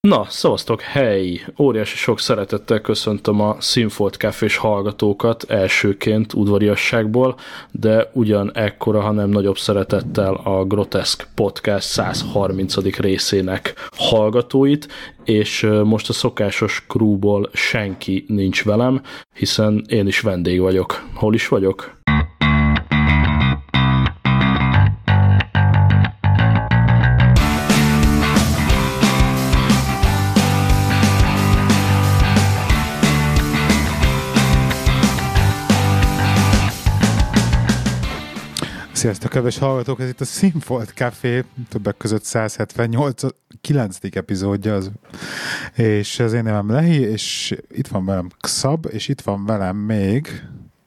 Na, szavaztok, hely! Óriási sok szeretettel köszöntöm a Színfolt Cafés hallgatókat elsőként udvariasságból, de ugyan ekkora, hanem nagyobb szeretettel a Groteszk Podcast 130. részének hallgatóit, és most a szokásos crewból senki nincs velem, hiszen én is vendég vagyok. Hol is vagyok? Sziasztok, kedves hallgatók! Ez itt a Színfolt Café, többek között 179. epizódja az. És az én nevem Lehi, és itt van velem Xab, és itt van velem még...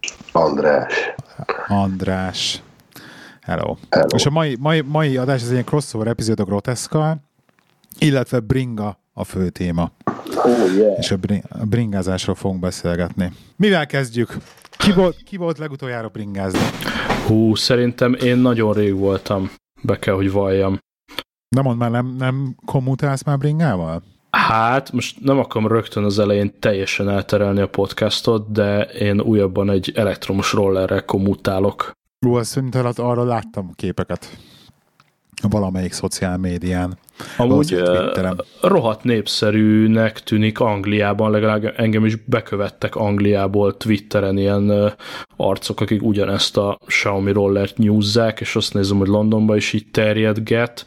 András. Hello. És a mai adás az egy crossover epizód a Groteszkkal, illetve Bringa a fő téma. Yeah. És a bringázásról fogunk beszélgetni. Mivel kezdjük? Ki volt legutoljára bringázni? Szerintem én nagyon rég voltam, be kell, hogy valljam. Na mondd már, nem kommutálsz már bringával? Hát, most nem akarom rögtön az elején teljesen elterelni a podcastot, de én újabban egy elektromos rollerrel kommutálok. Azt szerintem arra láttam képeket valamelyik szociálmédián. Amúgy rohadt népszerűnek tűnik Angliában, legalább engem is bekövettek Angliából Twitteren ilyen arcok, akik ugyanezt a Xiaomi rollert nyúzzák, és azt nézem, hogy Londonban is így terjedget.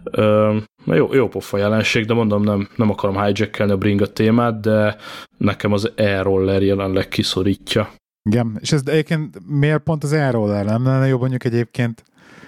Jó pofa jelenség, de mondom, nem akarom hijackelni a bringa témát, de nekem az e-roller jelenleg kiszorítja. Igen, és ez egyébként miért pont az e-roller? Nem lenne jobb mondjuk egyébként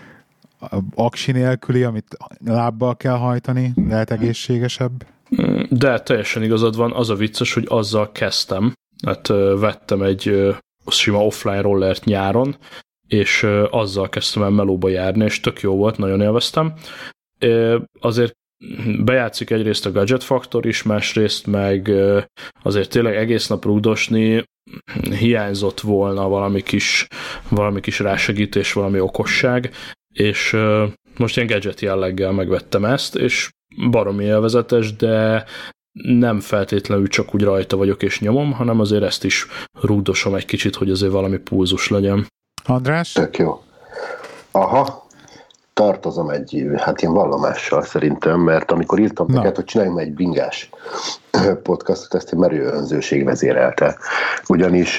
aksi nélküli, amit lábbal kell hajtani, lehet egészségesebb? De teljesen igazad van, az a vicces, hogy azzal kezdtem. Hát vettem egy sima offline rollert nyáron, és azzal kezdtem el melóba járni, és tök jó volt, nagyon élveztem. Azért bejátszik egyrészt a gadget faktor is, másrészt meg azért tényleg egész nap rugdosni, hiányzott volna valami kis rásegítés, valami okosság, és most ilyen gadget jelleggel megvettem ezt, és baromi élvezetes, de nem feltétlenül csak úgy rajta vagyok és nyomom, hanem azért ezt is rúgdosom egy kicsit, hogy azért valami pulzus legyen. András? Tök jó. Aha, tartozom egy ilyen vallomással szerintem, mert amikor írtam neked, hogy csináljunk egy bringás podcastot, ezt egy merő önzőség vezérelte. Ugyanis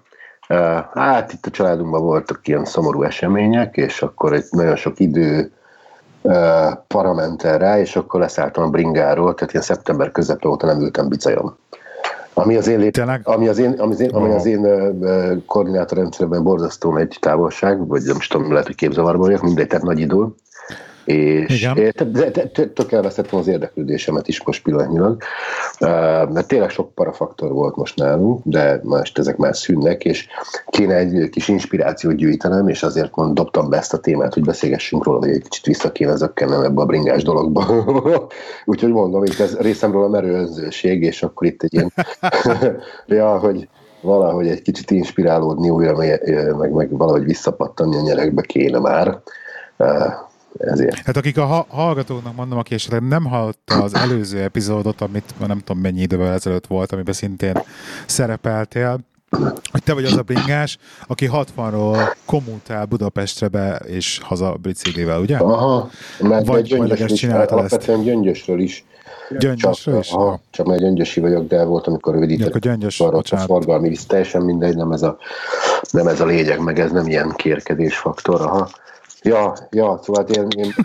hát itt a családunkban voltak ilyen szomorú események, és akkor egy nagyon sok idő parament rá, és akkor leszálltam a bringáról, tehát ilyen szeptember közepe óta nem ültem bicajon. Ami az én koordinátorrendszerben borzasztó egy távolság, vagy nem is tudom, lehet, hogy képzavarban vagyok, mindegy, tehát nagy idő. És tök elvesztettem az érdeklődésemet is most pillanatnyilag, mert tényleg sok parafaktor volt most nálunk, de most ezek már szűnnek, és kéne egy kis inspirációt gyűjtenem, és azért dobtam be ezt a témát, hogy beszélgessünk róla, hogy egy kicsit vissza kéne zökkennem ebbe a bringás dologba. Úgyhogy mondom, itt ez részemről a merő önzőség, és akkor itt egy ilyen, hogy valahogy egy kicsit inspirálódni újra, meg valahogy visszapattanni a nyerekbe kéne már. Ezért. Hát akik a hallgatóknak mondom, aki esetleg nem hallotta az előző epizódot, amit nem tudom mennyi idővel ezelőtt volt, amiben szintén szerepeltél, hogy te vagy az a bringás, aki 60-ról kommutál Budapestre be és haza biciklivel, ugye? Aha, mert alapvetően Gyöngyösről is. Gyöngyösről is? Aha, csak már gyöngyösi vagyok, de volt, amikor rövidítettem a forgalmi víz, teljesen mindegy, nem ez a lényeg, meg ez nem ilyen kérkedés faktor, aha. Ja, szóval én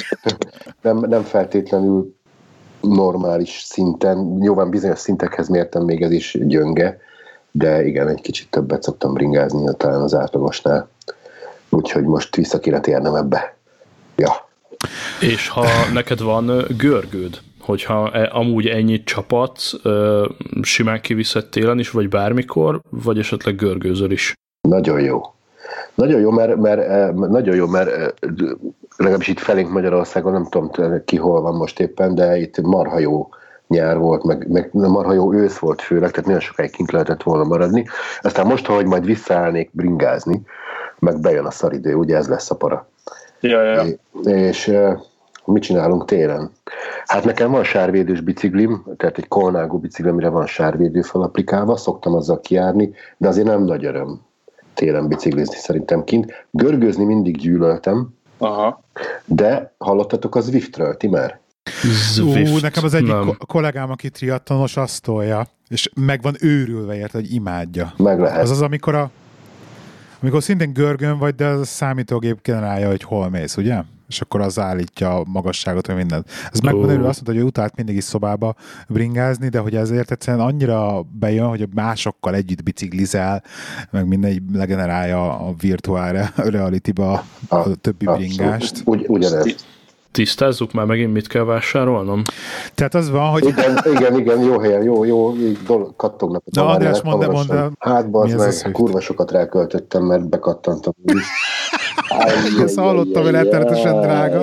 nem feltétlenül normális szinten, nyilván bizonyos szintekhez mértem még ez is gyönge, de igen, egy kicsit többet szoktam bringázni talán az átlagosnál. Úgyhogy most vissza kéne térnem ebbe. Ja. És ha neked van görgőd, hogyha amúgy ennyit csapatsz, simán kiviszed télen is, vagy bármikor, vagy esetleg görgőzöl is? Nagyon jó. Nagyon jó, mert legalábbis itt felénk Magyarországon, nem tudom ki hol van most éppen, de itt marha jó nyár volt, meg marha jó ősz volt főleg, tehát nagyon sokáig kint lehetett volna maradni. Aztán most, ahogy majd visszaállnék bringázni, meg bejön a szaridő, ugye ez lesz a para. Ja. És Mit csinálunk télen? Hát nekem van sárvédős biciklim, tehát egy kolnágú biciklim, amire van sárvédő felaplikálva, szoktam azzal kijárni, de azért nem nagy öröm télen biciklizni szerintem kint. Görgőzni mindig gyűlöltem, Aha. de hallottatok az Zwiftről, ti már? Nekem az egyik kollégám, aki triatlonos, azt tolja, és meg van őrülve érte, hogy imádja. Meg lehet. Az amikor szintén görgőn vagy, de az a számítógép generálja, hogy hol mész, ugye? És akkor az állítja a magasságot, vagy mindent. Ez meg van őrülve, azt mondta, hogy utált mindig is szobába bringázni, de hogy ezért egyszerűen annyira bejön, hogy másokkal együtt biciklizel, meg mindegy legenerálja a virtuál reality-ba a többi bringást. Ugyanez. Tisztázzuk már megint, mit kell vásárolnom? Tehát az van, hogy... Igen, jó helyen, jó kattognak a találják. András, mondd. Hát bazd meg, kurva sokat ráköltöttem, mert bekattantam. Ezt hallottam, hogy rettenetesen drága.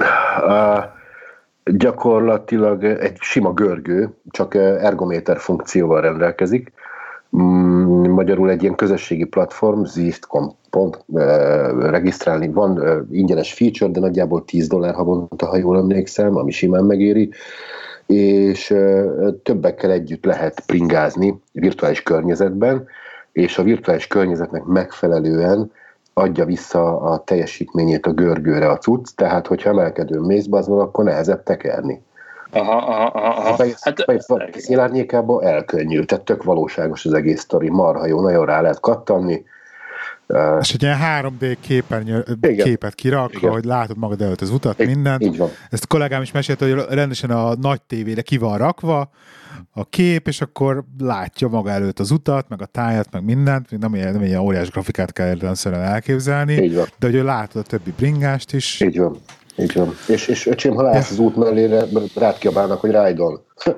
Gyakorlatilag egy sima görgő, csak ergométer funkcióval rendelkezik. Magyarul egy ilyen közösségi platform, Zwift.com regisztrálni van ingyenes feature, de nagyjából $10 havonta, ha jól emlékszem, ami simán megéri, és többekkel együtt lehet bringázni virtuális környezetben, és a virtuális környezetnek megfelelően adja vissza a teljesítményét a görgőre a cucc, tehát hogyha emelkedőn mész, akkor nehezebb tekerni. Aha. Szélárnyékába elkönnyű, tehát tök valóságos az egész sztori, marha jó, nagyon rá lehet kattanni. És egy ilyen 3D képet kirakva, hogy látod magad előtt az utat, mindent. Így van. Ezt a kollégám is mesélte, hogy rendesen a nagy tévére ki van rakva a kép, és akkor látja maga előtt az utat, meg a tájat, meg mindent. Nem ilyen óriás grafikát kell értelemszerűen elképzelni, de hogy látod a többi bringást is. Így van. És öcsém, ha látsz az út mellére, rád kiabálnak, hogy rájdon.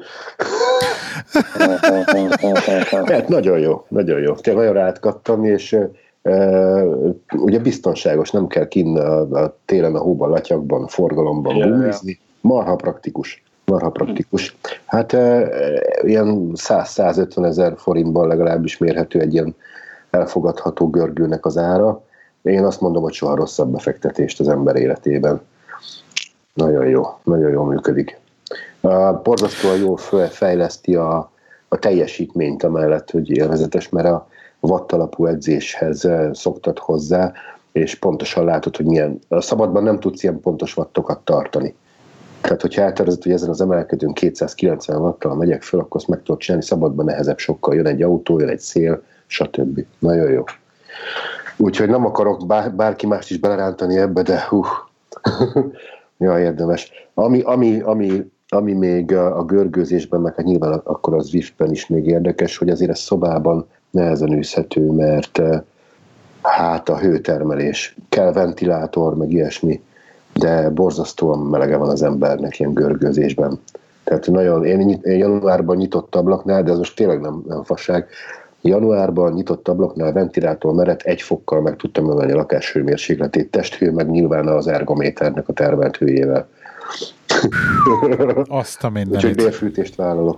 Hát nagyon jó. Tényleg nagyon rád kattam, és ugye biztonságos, nem kell kinn a télen a hóban, latyakban, forgalomban gumizni. Marha praktikus. Hát ilyen 100-150 ezer forintban legalábbis mérhető egy ilyen elfogadható görgőnek az ára. Én azt mondom, hogy soha rosszabb befektetést az ember életében. Nagyon jó működik. Borzasztóan jól fejleszti a teljesítményt amellett, hogy élvezetes, mert a watt alapú edzéshez szoktat hozzá, és pontosan látod, hogy milyen. A szabadban nem tudsz ilyen pontos wattokat tartani. Tehát, hogyha eltervezed, hogy ezen az emelkedőn 290 watttal megyek föl, akkor azt meg tudod csinálni, szabadban nehezebb sokkal. Jön egy autó, jön egy szél, stb. Nagyon jó. Úgyhogy nem akarok bárki mást is belerántani ebbe, de ja, érdemes. Ami még a görgőzésben, meg hát nyilván akkor az Zwiftben is még érdekes, hogy azért ez szobában nehezen űzhető, mert hát a hőtermelés, kell ventilátor, meg ilyesmi, de borzasztóan melege van az embernek ilyen görgőzésben. Tehát nagyon, én januárban nyitott ablaknál, de ez most tényleg nem fasság, januárban nyitott ablaknál ventilátor mellett 1 fokkal meg tudtam emelni a lakás hőmérsékletét, testhő, meg nyilván az ergométernek a termelt hőjével. Azt a mindenit. Úgyhogy bérfűtést vállalok.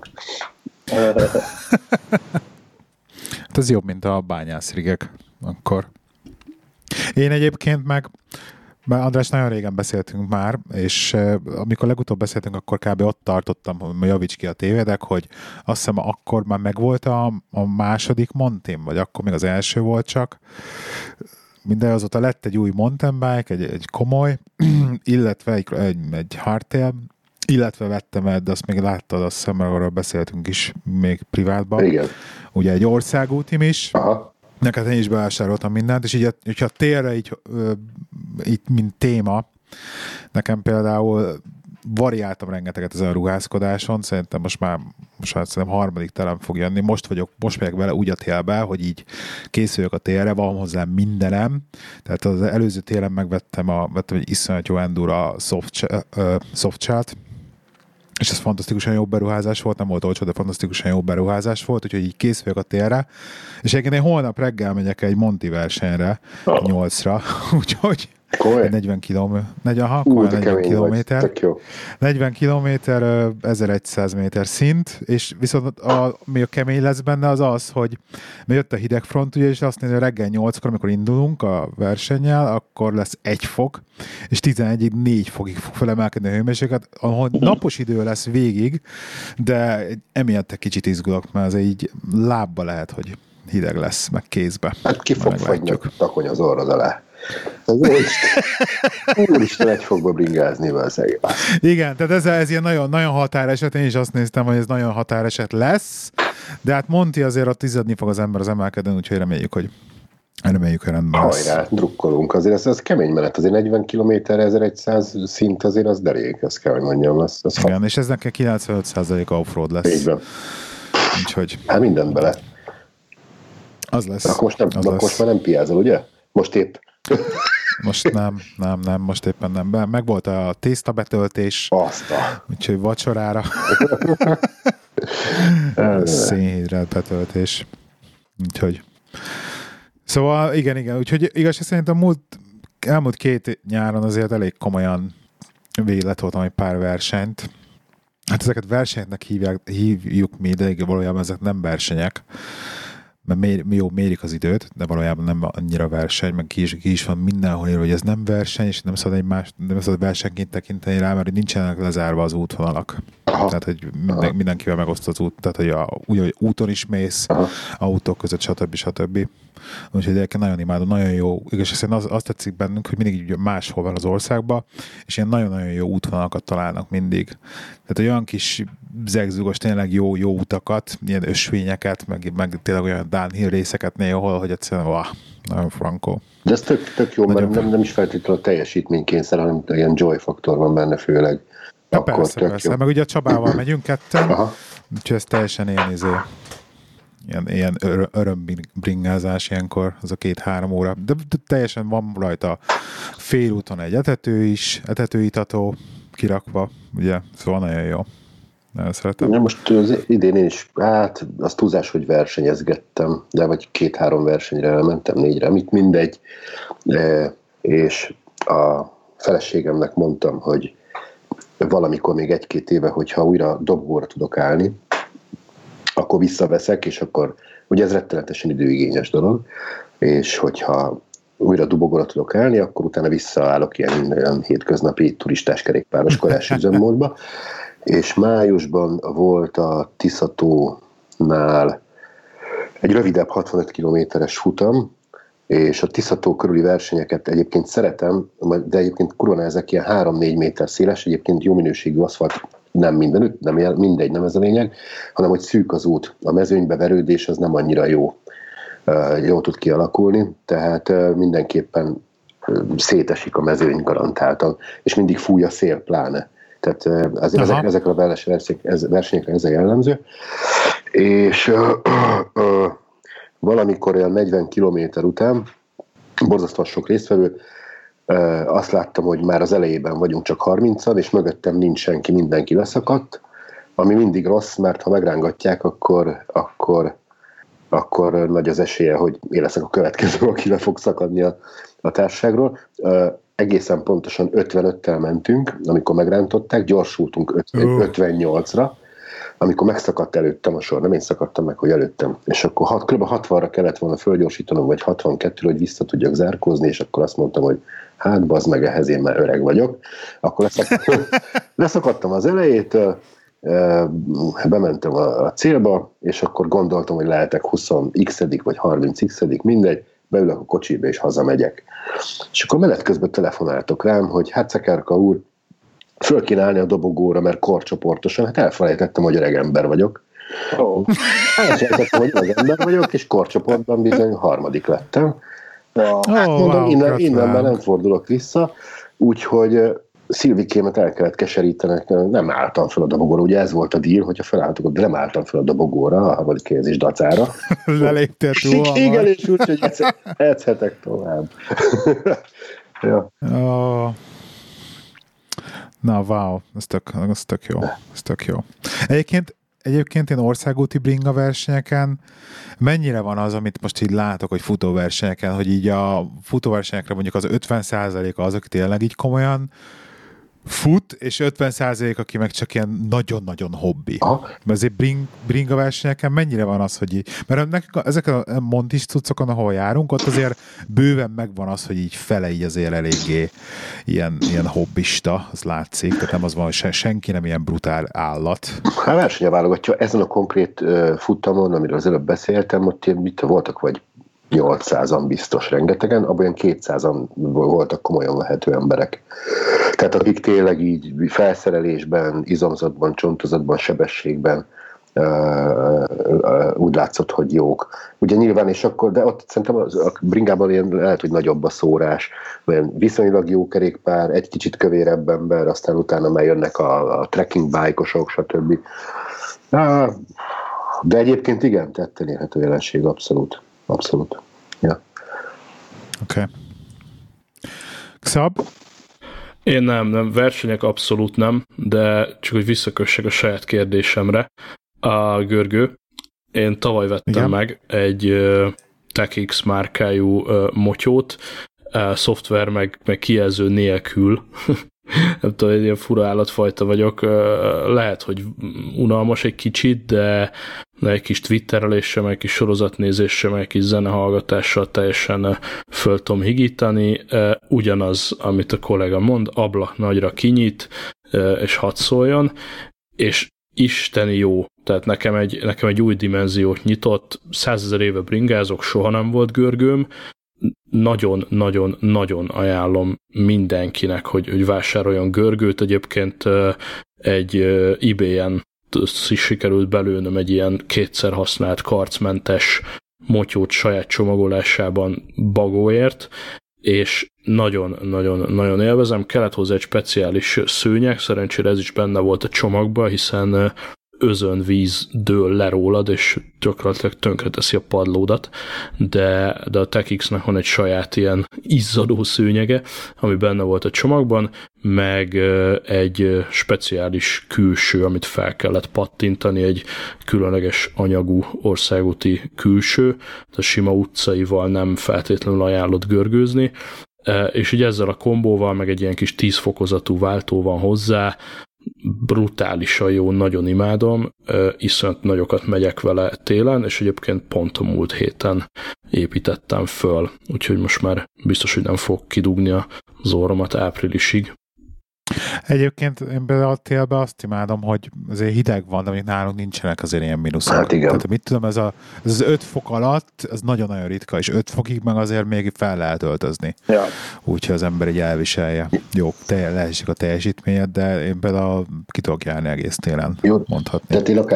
Hát ez jobb, mint a bányászrigek akkor. Én egyébként meg András, nagyon régen beszéltünk már, és amikor legutóbb beszéltünk, akkor kb. Ott tartottam, hogy javíts ki a tévedek, hogy azt hiszem akkor már megvolt a második Montim, vagy akkor még az első volt csak. Minden azóta lett egy új mountain bike, egy komoly, illetve egy hardtail, illetve vettem el, de azt még láttad, azt hiszem, mert arról beszéltünk is még privátban. Igen. Ugye egy országútim is. Aha. Neked én is bevásároltam mindent, és így, hogyha térre így mint téma, nekem például variáltam rengeteget ezen a ruházkodáson, szerintem most már szerintem harmadik telem fog jönni, most megyek vele úgy a télbe, hogy így készüljök a télre, van hozzá mindenem, tehát az előző télen megvettem egy iszonyat jó Endura Softshell-t, és ez fantasztikusan jó beruházás volt, nem volt olcsó, de fantasztikusan jó beruházás volt, úgyhogy így készülök a térre, és egyébként én holnap reggel megyek egy Monti versenyre, 8-ra, úgyhogy Komoly? 40 kilométer. 40 kilométer, 1100 méter szint, és viszont ami a kemény lesz benne az az, hogy jött a hidegfront, ugye, és azt nézve, reggel 8-kor, amikor indulunk a versennyel, akkor lesz 1 fok, és 11-ig 4 fokig fog felemelkedni a hőmérséklet, ahol napos idő lesz végig, de emiatt egy kicsit izgulok, mert ez így lábba lehet, hogy hideg lesz, meg kézbe. Hát ki fog fagyni a takony az orrod alá. Úristen, 1 fokba bringázni valószínűleg. Igen, tehát ez ilyen nagyon, nagyon határeset, én is azt néztem, hogy ez nagyon határeset lesz, de hát Monti azért ott izzadni fog az ember az emelkedőn, úgyhogy reméljük, hogy rendben lesz. Hajrá, drukkolunk. Azért ez kemény menet, azért 40 km 1100 szint azért az derék, ezt kell, hogy mondjam. Igen, és ez nekem 95% offroad lesz. Így van. Úgyhogy... Hát mindent bele. Az lesz. Akkor most már nem piázol, ugye? Most épp. Most nem, most éppen nem. Meg volt a tésztabetöltés, úgyhogy vacsorára. Szénhidrát betöltés. Úgyhogy. Szóval igen, úgyhogy igazság szerint elmúlt 2 nyáron azért elég komolyan végletoltam egy pár versenyt. Hát ezeket versenyeknek hívjuk mi, de valójában ezek nem versenyek. Mert mérik az időt, de valójában nem annyira verseny, meg ki is van mindenhol írva, hogy ez nem verseny, és nem szabad versenyként tekinteni rá, mert nincsenek lezárva az útvonalak. Aha. Tehát, hogy mindenkivel megoszt az út, tehát, hogy úgy, hogy úton is mész, autók között, stb. Úgyhogy egyébként nagyon imádom, nagyon jó. Igaz, szerint azt tetszik bennünk, hogy mindig máshol van az országban, és ilyen nagyon-nagyon jó útvonalakat találnak mindig. Tehát olyan kis zegzugos, tényleg jó utakat, ilyen ösvényeket, meg tényleg olyan downhill részeket néhol, hogy egyszerűen nagyon frankó. De ez tök jó, mert nem is feltétlenül a teljesítménykényszer, hanem ilyen joy faktor van benne főleg. Ja, akkor persze. Meg ugye a Csabával megyünk ketten, úgyhogy ez teljesen ilyen örömbringázás ilyenkor, az a 2-3 óra. De teljesen van rajta félúton egy etetőitató kirakva, ugye, szóval nagyon jó. Nagyon szeretem. Ja, most az idén én is, az túlzás, hogy versenyezgettem, de vagy 2-3 versenyre elmentem, 4-re, mindegy. És a feleségemnek mondtam, hogy valamikor még 1-2 éve, hogyha újra dobogóra tudok állni, akkor visszaveszek, és akkor, ugye ez rettenetesen időigényes dolog, és hogyha újra dobogóra tudok állni, akkor utána visszaállok ilyen hétköznapi turistás kerékpáros korás üzemmódba, és májusban volt a Tiszatónál egy rövidebb 65 kilométeres futam, és a Tiszató körüli versenyeket egyébként szeretem, de egyébként kurva ezek ilyen 3-4 méter széles, egyébként jó minőségű aszfalt, nem mindenütt, mindegy, nem ez a lényeg, hanem hogy szűk az út. A mezőnybe verődés az nem annyira jól tud kialakulni, tehát mindenképpen szétesik a mezőny garantáltan, és mindig fúj a szél pláne. Tehát ezekre a versenyekre ez a jellemző. És valamikor olyan 40 kilométer után, borzasztóan sok résztvevő, azt láttam, hogy már az elejében vagyunk csak 30-an, és mögöttem nincs senki, mindenki leszakadt, ami mindig rossz, mert ha megrángatják, akkor nagy az esélye, hogy én leszek a következő, aki le fog szakadni a társaságról. Egészen pontosan 55-tel mentünk, amikor megrántották, gyorsultunk 58-ra, amikor megszakadt előttem a sor, nem én szakadtam meg, hogy előttem. És akkor kb. 60-ra kellett volna fölgyorsítanom, vagy 62-re, hogy vissza tudjak zárkózni, és akkor azt mondtam, hogy hát bazd meg, ehhez én már öreg vagyok. Akkor leszakadtam az elejét, bementem a célba, és akkor gondoltam, hogy lehetek 20x vagy 30x, mindegy, beülök a kocsiba, és hazamegyek. És akkor menet közben telefonáltok rám, hogy hát Szekerka úr, föl kéne állni a dobogóra, mert korcsoportosan, hát elfelejtettem, hogy öreg ember vagyok. Elfelejtettem, hogy öreg ember vagyok, és korcsoportban bizony 3. lettem. Hát mondom, innen már nem fordulok vissza, úgyhogy Szilvikémet el kellett keserítenek, nem álltam fel a dobogóra, ugye ez volt a deal, hogyha felálltok, de nem álltam fel a dobogóra, a harmadik helyezés dacára. Leléptél túl. Igen, és úgy, hogy edzhetek tovább. Ja. Na, wow, ez tök jó. Egyébként egyébként én országúti bringa versenyeken mennyire van az, amit most így látok, hogy futóversenyeken, hogy így a futóversenyekre mondjuk az 50%-a az, aki tényleg így komolyan fut, és 50% aki meg csak ilyen nagyon-nagyon hobbi. Aha. Mert azért bringa versenyeken mennyire van az, hogy így, mert ezek a montis cuccokon, ahol járunk, ott azért bőven megvan az, hogy így fele így azért eléggé ilyen hobbista, az látszik, tehát nem az van, hogy senki nem ilyen brutál állat. Hát versenye válogatja, ezen a konkrét futamon, amiről az előbb beszéltem, ott ilyen voltak vagy 800-an biztos rengetegen, abban olyan 200-an voltak komolyan vehető emberek. Tehát akik tényleg így felszerelésben, izomzatban, csontozatban, sebességben úgy látszott, hogy jók. Ugye nyilván, és akkor, de ott szerintem a bringában ilyen lehet, hogy nagyobb a szórás, olyan viszonylag jó kerékpár, egy kicsit kövérebb ember, aztán utána már jönnek a trekking bike-osok, stb. De egyébként igen, tetten érhető jelenség, abszolút. Abszolút. Ja. Oké. Xab? Én nem, versenyek abszolút nem, de csak hogy visszakössek a saját kérdésemre. A Görgő, én tavaly vettem meg egy TechX márkájú motyót, szoftver meg kijelző nélkül. Nem tudom, egy ilyen fura állatfajta vagyok. Lehet, hogy unalmas egy kicsit, de egy kis twittereléssel, egy kis sorozatnézéssel, egy kis zenehallgatással teljesen föl tudom higítani. Ugyanaz, amit a kollega mond, ablak nagyra kinyit, és hadd szóljon, és isteni jó. Tehát nekem egy új dimenziót nyitott, 100 000 éve bringázok, soha nem volt Görgőm, nagyon-nagyon-nagyon ajánlom mindenkinek, hogy vásároljon Görgőt. Egyébként egy eBay-en sikerült belőnöm egy ilyen kétszer használt karcmentes motyót saját csomagolásában bagóért, és nagyon-nagyon élvezem. Kellett hozzá egy speciális szőnyeg, szerencsére ez is benne volt a csomagban, hiszen özönvíz dől le rólad, és gyakorlatilag tönkreteszi a padlódat, de a TechX-nek van egy saját ilyen izzadó szőnyege, ami benne volt a csomagban, meg egy speciális külső, amit fel kellett pattintani, egy különleges anyagú országúti külső, a sima utcaival nem feltétlenül ajánlott görgőzni, és így ezzel a kombóval, meg egy ilyen kis 10 fokozatú váltó van hozzá, brutálisan jó, nagyon imádom, iszonyat nagyokat megyek vele télen, és egyébként pont a múlt héten építettem föl, úgyhogy most már biztos, hogy nem fog kidugni az orromat áprilisig. Egyébként én a télben azt imádom, hogy azért hideg van, de még nálunk nincsenek azért ilyen mínuszok. Hát igen. Tehát mit tudom, ez az 5 fok alatt, ez nagyon-nagyon ritka, és 5 fokig meg azért még fel lehet öltözni. Ja. Úgyhogy az ember így elviselje. Jó, leesik a teljesítményed, de én például ki tudok járni egész télen, mondhatni. Tehát én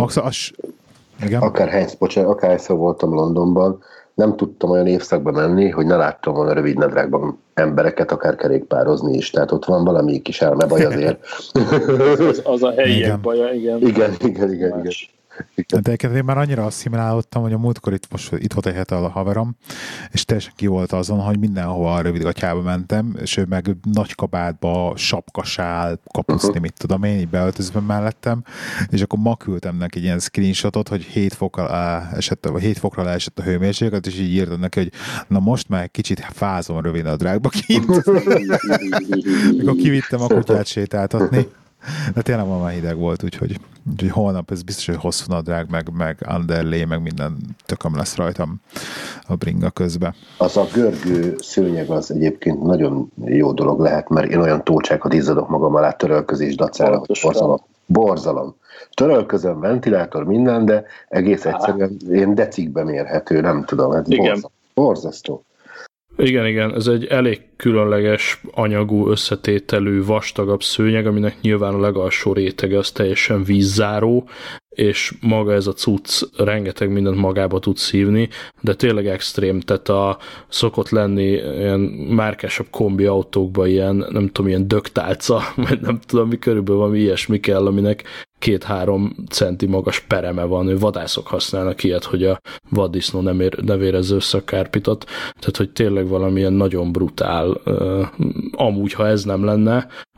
akárhányszor voltam Londonban, nem tudtam olyan évszakba menni, hogy ne láttam volna rövid nadrágban embereket, akár kerékpározni is. Tehát ott van valami kis elmebaj azért. az a helyiek baja, igen. Igen. De én már annyira asszimilálódtam, hogy a múltkor itt volt egy hete a haverom, és teljesen ki volt azon, hogy mindenhova a rövidgatjába mentem, és ő meg nagy kabátba, sapkasál, kapucni, mit tudom én, így beöltözve mellettem, és akkor ma küldtem neki egy ilyen screenshotot, hogy 7 fokra leesett a hőmérséklet, és így írtam neki, hogy na most már egy kicsit fázom rövid a drágba kint. Mikor kivittem a kutyát sétáltatni. De tényleg már hideg volt, úgyhogy holnap ez biztos, hogy hosszú nadrág, meg underlay, meg minden tököm lesz rajtam a bringa közben. Az a görgő szőnyeg az egyébként nagyon jó dolog lehet, mert én olyan tócsákat izzadok magam alá törölközés dacára, hogy borzalom. Törölközöm, ventilátor, minden, de egész egyszerűen én decikben mérhető, nem tudom, ez borzasztó. Igen, ez egy elég különleges anyagú, összetételű, vastagabb szőnyeg, aminek nyilván a legalsó rétege az teljesen vízzáró, és maga ez a cucc rengeteg mindent magába tud szívni, de tényleg extrém, tehát szokott lenni ilyen márkásabb kombi autókban ilyen, nem tudom, ilyen dögtálca, vagy nem tudom, mi körülbelül valami ilyesmi kell, aminek 2-3 centi magas pereme van, vadászok használnak ilyet, hogy a vaddisznó ne vérezze össze a kárpitot, tehát hogy tényleg valamilyen nagyon brutál, amúgy ha ez nem lenne,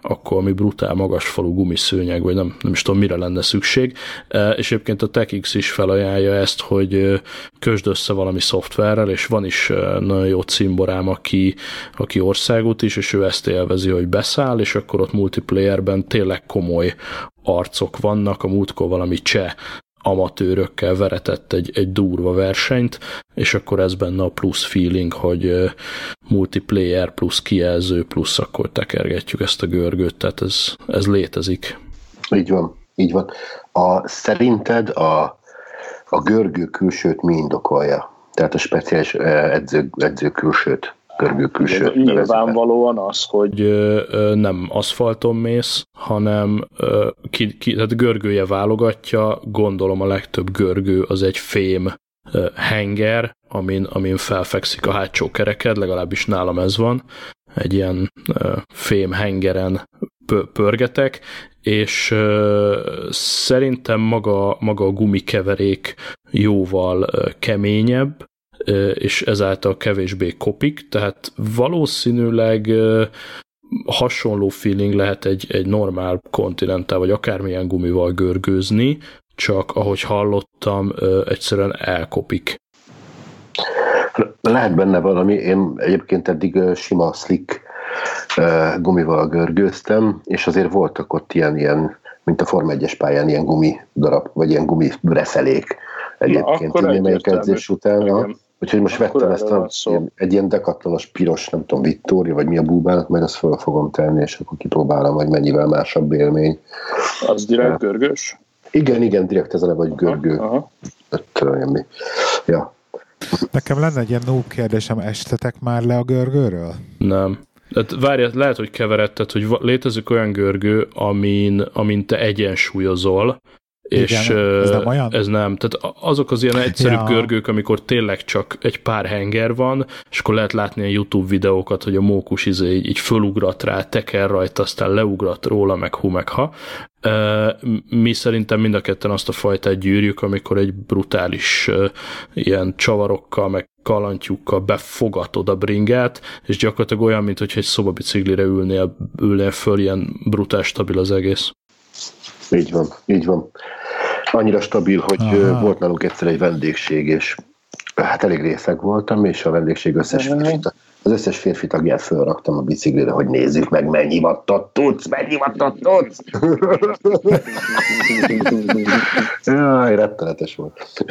akkor mi brutál magasfalú gumiszőnyeg, vagy nem is tudom, mire lenne szükség. És egyébként a TechX is felajánlja ezt, hogy kösd össze valami szoftverrel, és van is nagyon jó cimborám, aki országút is, és ő ezt élvezi, hogy beszáll, és akkor ott multiplayerben tényleg komoly arcok vannak. A múltkor valami cseh amatőrökkel veretett egy durva versenyt, és akkor ez benne a plusz feeling, hogy multiplayer plusz kijelző plusz akkor tekergetjük ezt a görgőt, tehát ez létezik. Így van, így van. Szerinted a görgő külsőt mi indokolja? Tehát a speciális edző külsőt? Nyilvánvalóan az, hogy nem aszfalton mész, hanem tehát görgője válogatja, gondolom a legtöbb görgő az egy fém henger, amin felfekszik a hátsó kereked, legalábbis nálam ez van, egy ilyen fém hengeren pörgetek, és szerintem maga a gumikeverék jóval keményebb, és ezáltal kevésbé kopik, tehát valószínűleg hasonló feeling lehet egy normál Continental, vagy akármilyen gumival görgőzni, csak ahogy hallottam, egyszerűen elkopik. Lehet benne valami, én egyébként eddig sima slick gumival görgőztem, és azért voltak ott ilyen mint a Forma 1-es pályán ilyen gumidarab, vagy ilyen gumireszelék egyébként némelyik edzés után. Úgyhogy most vettem ezt egy ilyen dekatlanos piros, nem tudom, Vittoria, vagy mi a búbának, meg azt föl fogom tenni, és akkor kipróbálom, hogy mennyivel másabb élmény. Az direkt görgős? Igen, direkt ez a neve, vagy görgő. Ja. Nekem lenne egy ilyen noob kérdésem, estetek már le a görgőről? Nem. Várjál, lehet, hogy keveredted, hogy létezik olyan görgő, amin te egyensúlyozol, és igen, ez nem. Tehát azok az ilyen egyszerűbb görgők, amikor tényleg csak egy pár henger van, és akkor lehet látni a YouTube videókat, hogy a mókus így fölugrat rá, teker rajta, aztán leugrat róla, meg hú, meg ha. Mi szerintem mind a ketten azt a fajtát gyűrjük, amikor egy brutális ilyen csavarokkal, meg kalantyúkkal befogatod a bringát, és gyakorlatilag olyan, mint hogyha egy szobabiciklire ülnél föl, ilyen brutál stabil az egész. Így van. Annyira stabil, hogy volt nálunk egyszer egy vendégség, és hát elég részeg voltam, és a vendégség összes férfi tagját fölraktam a biciklire, hogy nézzük meg, mennyi wattot tudsz. Jaj, rettenetes volt.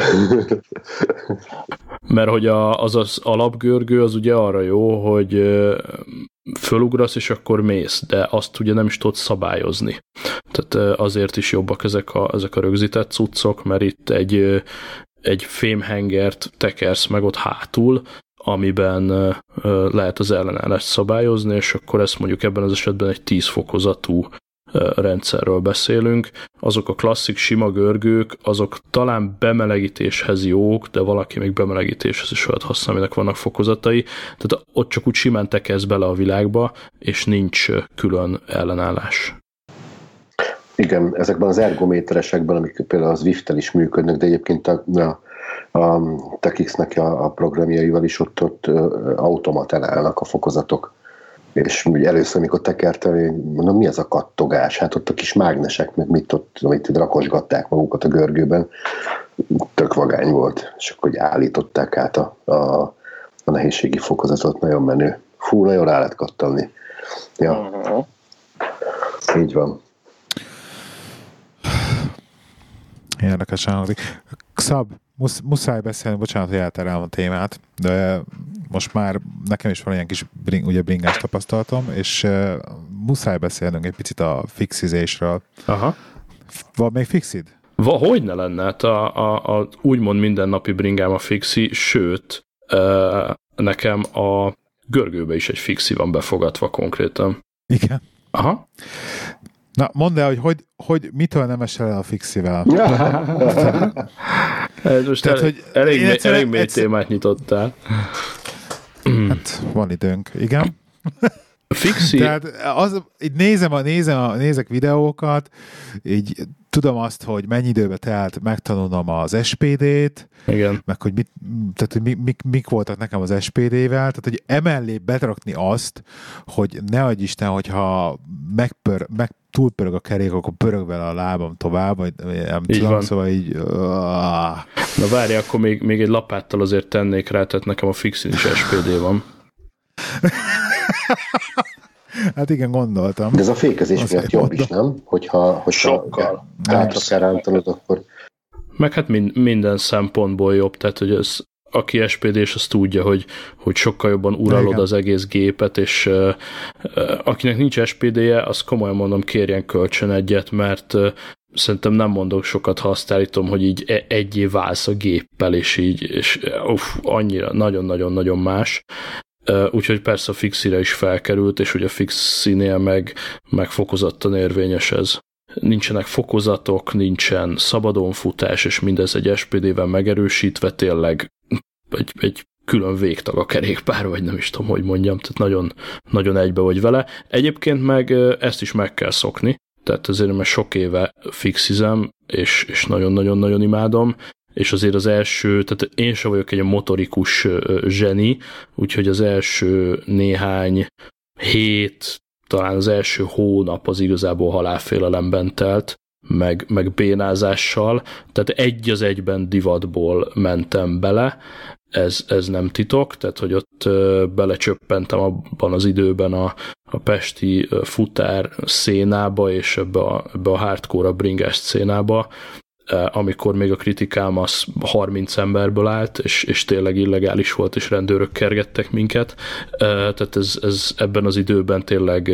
Mert hogy az alapgörgő az ugye arra jó, hogy fölugrasz, és akkor mész, de azt ugye nem is tudsz szabályozni. Tehát azért is jobbak ezek a rögzített cuccok, mert itt egy fémhengert tekersz meg ott hátul, amiben lehet az ellenállást szabályozni, és akkor ezt mondjuk ebben az esetben egy 10 fokozatú rendszerről beszélünk. Azok a klasszik sima görgők, azok talán bemelegítéshez jók, de valaki még bemelegítéshez is olyat használ, aminek vannak fokozatai. Tehát ott csak úgy simán tekersz bele a világba, és nincs külön ellenállás. Igen, ezekben az ergométeresekben, amik például az Zwift-tel is működnek, de egyébként a TechX-nek a programjaival is ott automatán állnak a fokozatok. És először, amikor tekertem, én mondom, mi ez a kattogás? Hát ott a kis mágnesek, meg amit rakosgatták magukat a görgőben, tök vagány volt. És akkor állították át a nehézségi fokozatot, nagyon menő. Fú, nagyon rá lehet kattanni. Ja. Így van. Érdekesen hangzik. Xab, muszáj beszélni, bocsánat, hogy elterelem a témát, de most már nekem is van ilyen kis bringás tapasztalatom, és muszáj beszélnünk egy picit a fixizésről. Aha. Van még fixid? Hogy ne lenne? Hát a úgymond mindennapi bringám a fixi, sőt, nekem a görgőbe is egy fixi van befogatva konkrétan. Igen. Aha. Na, mondd el, hogy mitől nem esel el a fixivel? Most tehát, hogy elég mély témát nyitottál. Hát van időnk, igen. Fixi... Tehát így nézek videókat, így tudom azt, hogy mennyi időbe telt megtanulnom az SPD-t, igen. meg hogy mik voltak nekem az SPD-vel, tehát hogy emellé betrakni azt, hogy ne adj Isten, hogyha túlpörög a kerék, akkor pörög vele a lábam tovább, vagy nem így tudom, van. szóval így... Na várj, akkor még egy lapáttal azért tennék rá, tehát nekem a Fixin is SPD van. Hát igen, gondoltam. De ez a fékezés miatt jobb is, nem? Hogyha sokkal. hátra kell rántanod, akkor... Meg hát minden szempontból jobb, tehát hogy aki SPD-s, az tudja, hogy sokkal jobban uralod igen. az egész gépet, és akinek nincs SPD-je, az komolyan mondom, kérjen kölcsön egyet, mert szerintem nem mondok sokat, ha azt állítom, hogy így egyé válsz a géppel, és annyira nagyon-nagyon-nagyon más. Úgyhogy persze a Fixire is felkerült, és ugye a Fixinél meg fokozottan érvényes ez. Nincsenek fokozatok, nincsen szabadonfutás, és mindez egy SPD-vel megerősítve tényleg egy külön végtag a kerékpár, vagy nem is tudom, hogy mondjam, tehát nagyon, nagyon egybe vagy vele. Egyébként meg ezt is meg kell szokni, tehát azért mert sok éve fixizem, és nagyon-nagyon-nagyon imádom, és azért az első, tehát én sem vagyok egy motorikus zseni, úgyhogy az első néhány hét, talán az első hónap az igazából halálfélelemben telt, meg bénázással, tehát egy az egyben divatból mentem bele, ez nem titok, tehát hogy ott belecsöppentem abban az időben a pesti futár szénába, és ebbe a hardcore bringás szénába, amikor még a kritikám az 30 emberből állt, és tényleg illegális volt, és rendőrök kergettek minket. Tehát ez ebben az időben tényleg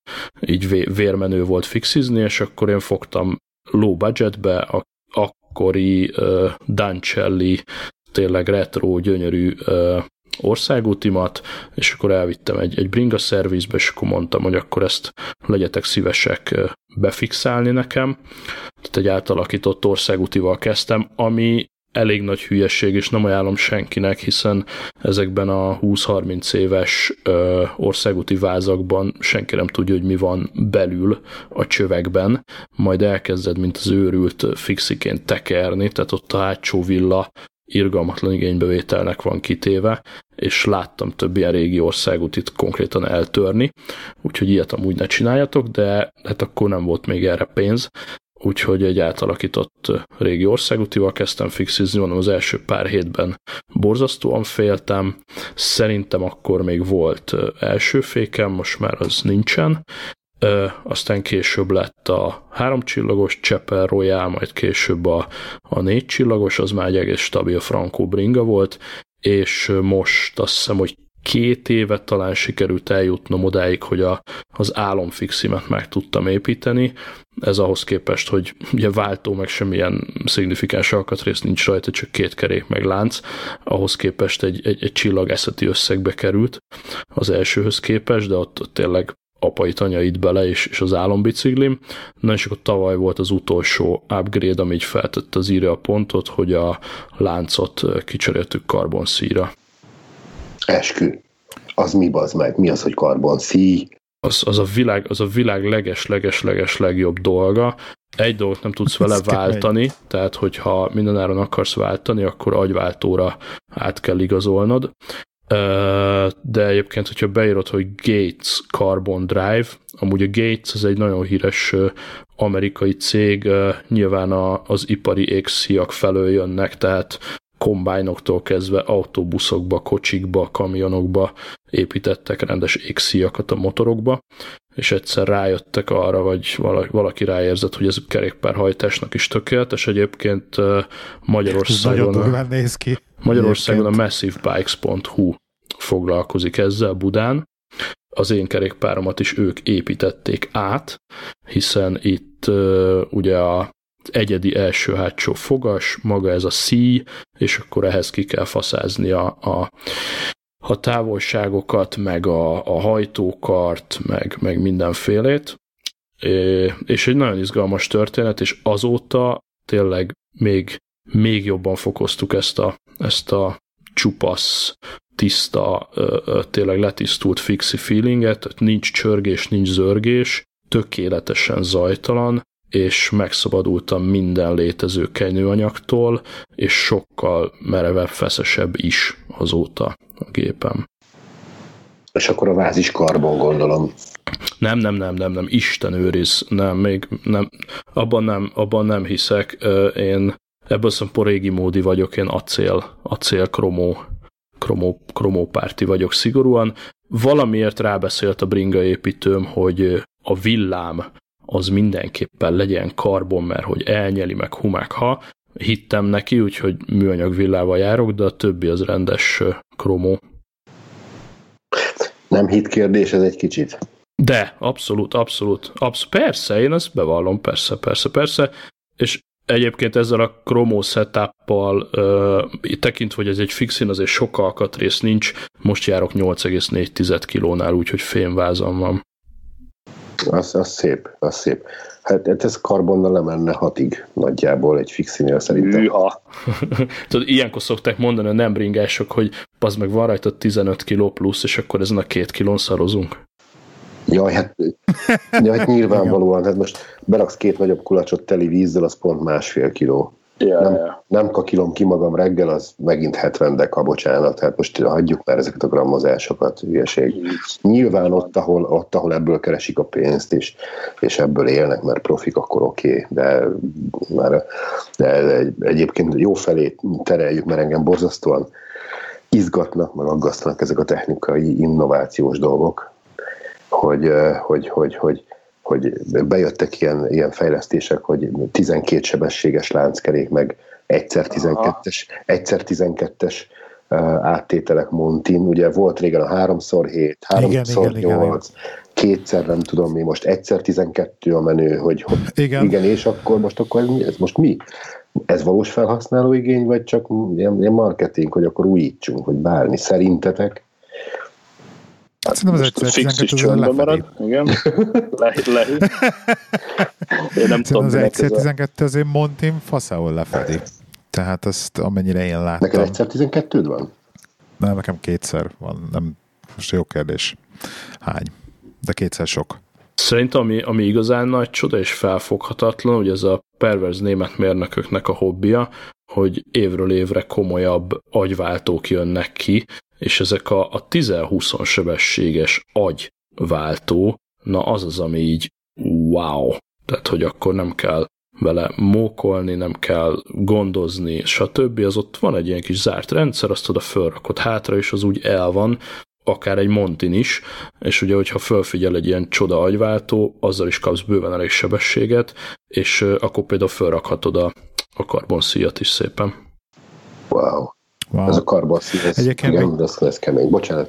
így vérmenő volt fixizni, és akkor én fogtam low budgetbe akkori Dancelli tényleg retro, gyönyörű országútimat, és akkor elvittem egy bringa szervizbe, és akkor mondtam, hogy akkor ezt legyetek szívesek befixálni nekem. Tehát egy átalakított országútival kezdtem, ami elég nagy hülyesség, és nem ajánlom senkinek, hiszen ezekben a 20-30 éves országúti vázakban senki nem tudja, hogy mi van belül a csövekben, majd elkezded, mint az őrült fixiként tekerni, tehát ott a hátsó villa irgalmatlan igénybevételnek van kitéve, és láttam több ilyen régi országútit konkrétan eltörni, úgyhogy ilyet amúgy ne csináljatok, de hát akkor nem volt még erre pénz, úgyhogy egy átalakított régi országútival kezdtem fixizni, mondom, az első pár hétben borzasztóan féltem, szerintem akkor még volt első fékem, most már az nincsen, aztán később lett a 3 csillagos Chapel Royale, majd később a 4 csillagos, az már egy egész stabil Franco bringa volt, és most azt hiszem, hogy 2 évet talán sikerült eljutnom odáig, hogy az álomfiximet meg tudtam építeni. Ez ahhoz képest, hogy ugye váltó, meg semmilyen szignifikáns alkatrész nincs rajta, csak 2 kerék, meg lánc, ahhoz képest egy csillagászati összegbe került az elsőhöz képest, de ott tényleg apait, anyait bele, és az álombiciklim. Na és akkor tavaly volt az utolsó upgrade, ami így feltette az írja a pontot, hogy a láncot kicseréltük karbonszíjra. Eskü. Az mi bazd meg? Mi az, hogy karbonszíj? Az a világ leges legjobb dolga. Egy dolgot nem tudsz vele váltani, tehát hogyha mindenáron akarsz váltani, akkor agyváltóra át kell igazolnod. De egyébként, hogyha beírod, hogy Gates Carbon Drive, amúgy a Gates az egy nagyon híres amerikai cég, nyilván az ipari égszíjak felől jönnek, tehát kombájnoktól kezdve autóbuszokba, kocsikba, kamionokba építettek rendes égszíjakat a motorokba, és egyszer rájöttek arra, vagy valaki ráérzett, hogy ez kerékpárhajtásnak is tökéletes. Egyébként Magyarországon a massivebikes.hu foglalkozik ezzel Budán. Az én kerékpáromat is ők építették át, hiszen itt ugye az egyedi első-hátsó fogas, maga ez a szíj, és akkor ehhez ki kell faszázni a távolságokat, meg a hajtókart, meg mindenfélét. És egy nagyon izgalmas történet, és azóta tényleg még jobban fokoztuk ezt a csupasz tiszta, tényleg letisztult fixi feelinget, nincs csörgés, nincs zörgés, tökéletesen zajtalan, és megszabadultam minden létező kenyőanyagtól, és sokkal merevebb, feszesebb is azóta a gépem. És akkor a váz is karbon, gondolom. Nem, Isten őriz, nem, abban nem hiszek, én ebből szempontból régi módi vagyok, én acél kromópárti vagyok szigorúan. Valamiért rábeszélt a bringaépítőm, hogy a villám az mindenképpen legyen karbon, mert hogy elnyeli meg ha. Hittem neki, úgyhogy műanyag villával járok, de a többi az rendes kromó. Nem hit kérdés ez egy kicsit? De, abszolút. Persze, én ezt bevallom, persze. És egyébként ezzel a kromó setuppal tekintve, hogy ez egy fixin, azért sok alkatrész nincs, most járok 8,4 kilónál, úgyhogy fémvázam van. Az szép. Hát ez karbonnal lemenne 6-ig nagyjából egy fixinél szerintem. Hűha! Tudod, ilyenkor szokták mondani a nem bringások, hogy az meg van rajta 15 kiló plusz, és akkor ezen a 2 kilón szarozunk. Jaj, hát nyilvánvalóan, hát most beraksz 2 nagyobb kulacsot teli vízzel, az pont 1,5 kiló. Nem kakilom ki magam reggel, az megint 70 deka, bocsánat, hát most hagyjuk már ezeket a grammozásokat, hülyeség. Nyilván ott, ahol ebből keresik a pénzt, és ebből élnek, mert profik, akkor oké, de egyébként jó felé tereljük, mert engem borzasztóan izgatnak, meg aggasztanak ezek a technikai innovációs dolgok, hogy bejöttek ilyen fejlesztések, hogy 12 sebességes lánckerék, meg egyszer 12-es áttételek Montin. Ugye volt régen a 3x7, 3x8, kétszer nem tudom mi, most egyszer 12 a menő, hogy igen, és akkor ez most mi? Ez valós felhasználóigény, vagy csak ilyen marketing, hogy akkor újítsunk, hogy bármi szerintetek? Szerintem az fix is csöndben marad. Igen. Lehű. Én nem tudom. Az 1x12 azért Montin faszául lefedi. Tehát azt amennyire én láttam. Neked 1x12-d van? Nem, nekem 2-szer van. Nem, most jó kérdés. Hány? De 2-szer sok. Szerintem ami igazán nagy csoda és felfoghatatlan, hogy ez a perverz német mérnököknek a hobbija, hogy évről évre komolyabb agyváltók jönnek ki, és ezek a 10-20 sebességes agyváltó, na az, ami így wow. Tehát, hogy akkor nem kell vele mókolni, nem kell gondozni, stb. Az ott van egy ilyen kis zárt rendszer, azt oda fölrakod hátra, és az úgy el van, akár egy Montin is, és ugye, hogyha fölfigyel egy ilyen csoda agyváltó, azzal is kapsz bőven elég sebességet, és akkor például fölrakhatod a karbonszíjat is szépen. Wow. Ez a karbonszíj, ez kemény. Bocsánat.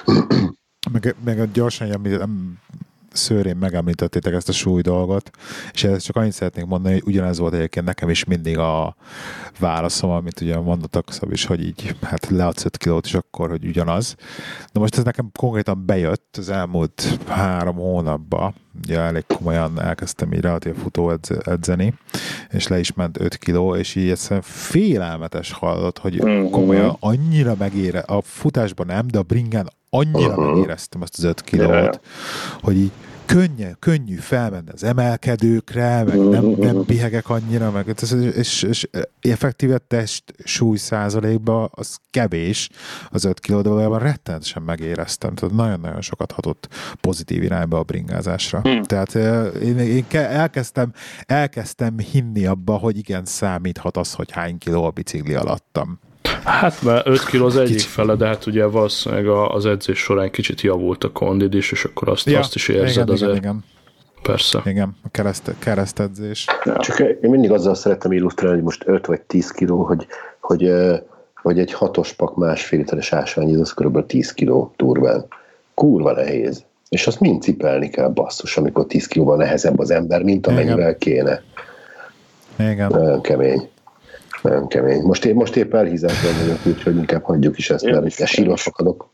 Meg gyorsan, szőrén megemlítettétek ezt a súly dolgot, és ezt csak annyit szeretnék mondani, hogy ugyanez volt egyébként nekem is mindig a válaszom, amit ugye mondatok is, hogy így hát leadsz 5 kilót, és akkor, hogy ugyanaz. De most ez nekem konkrétan bejött az elmúlt 3 hónapban, ugye elég komolyan elkezdtem így relatív futó edzeni, és le is ment 5 kiló, és így egyszerűen félelmetes hallott, hogy komolyan annyira megére, a futásban nem, de a bringen annyira megéreztem azt az 5 kilót, hogy így könnyű felmenni az emelkedőkre, meg nem pihegek annyira, meg, és effektíve test súly százalékban az kevés az 5 kiló, de valójában rettenetesen megéreztem. Tehát nagyon-nagyon sokat hatott pozitív irányba a bringázásra. Tehát én elkezdtem hinni abba, hogy igen, számíthat az, hogy hány kiló a bicikli alattam. Hát mert 5 kiló az egyik fele, de hát ugye valószínűleg az edzés során kicsit javult a kondid is, és akkor azt is érzed azért. Igen. Persze. Igen, a keresztedzés. Ja. Csak én mindig azzal szeretem illusztrálni, hogy most 5 vagy 10 kiló, hogy egy 6-os pak 1,5 literes ásványvíz, az kb. 10 kiló turván. Kurva nehéz. És azt mind cipelni kell, basszus, amikor 10 kilóval nehezebb az ember, mint amennyivel kéne. Igen. Nagyon kemény. Nagyon kemény. Most épp elhízásban vagyok, úgyhogy inkább hagyjuk is ezt, mert itt sírva fakadok.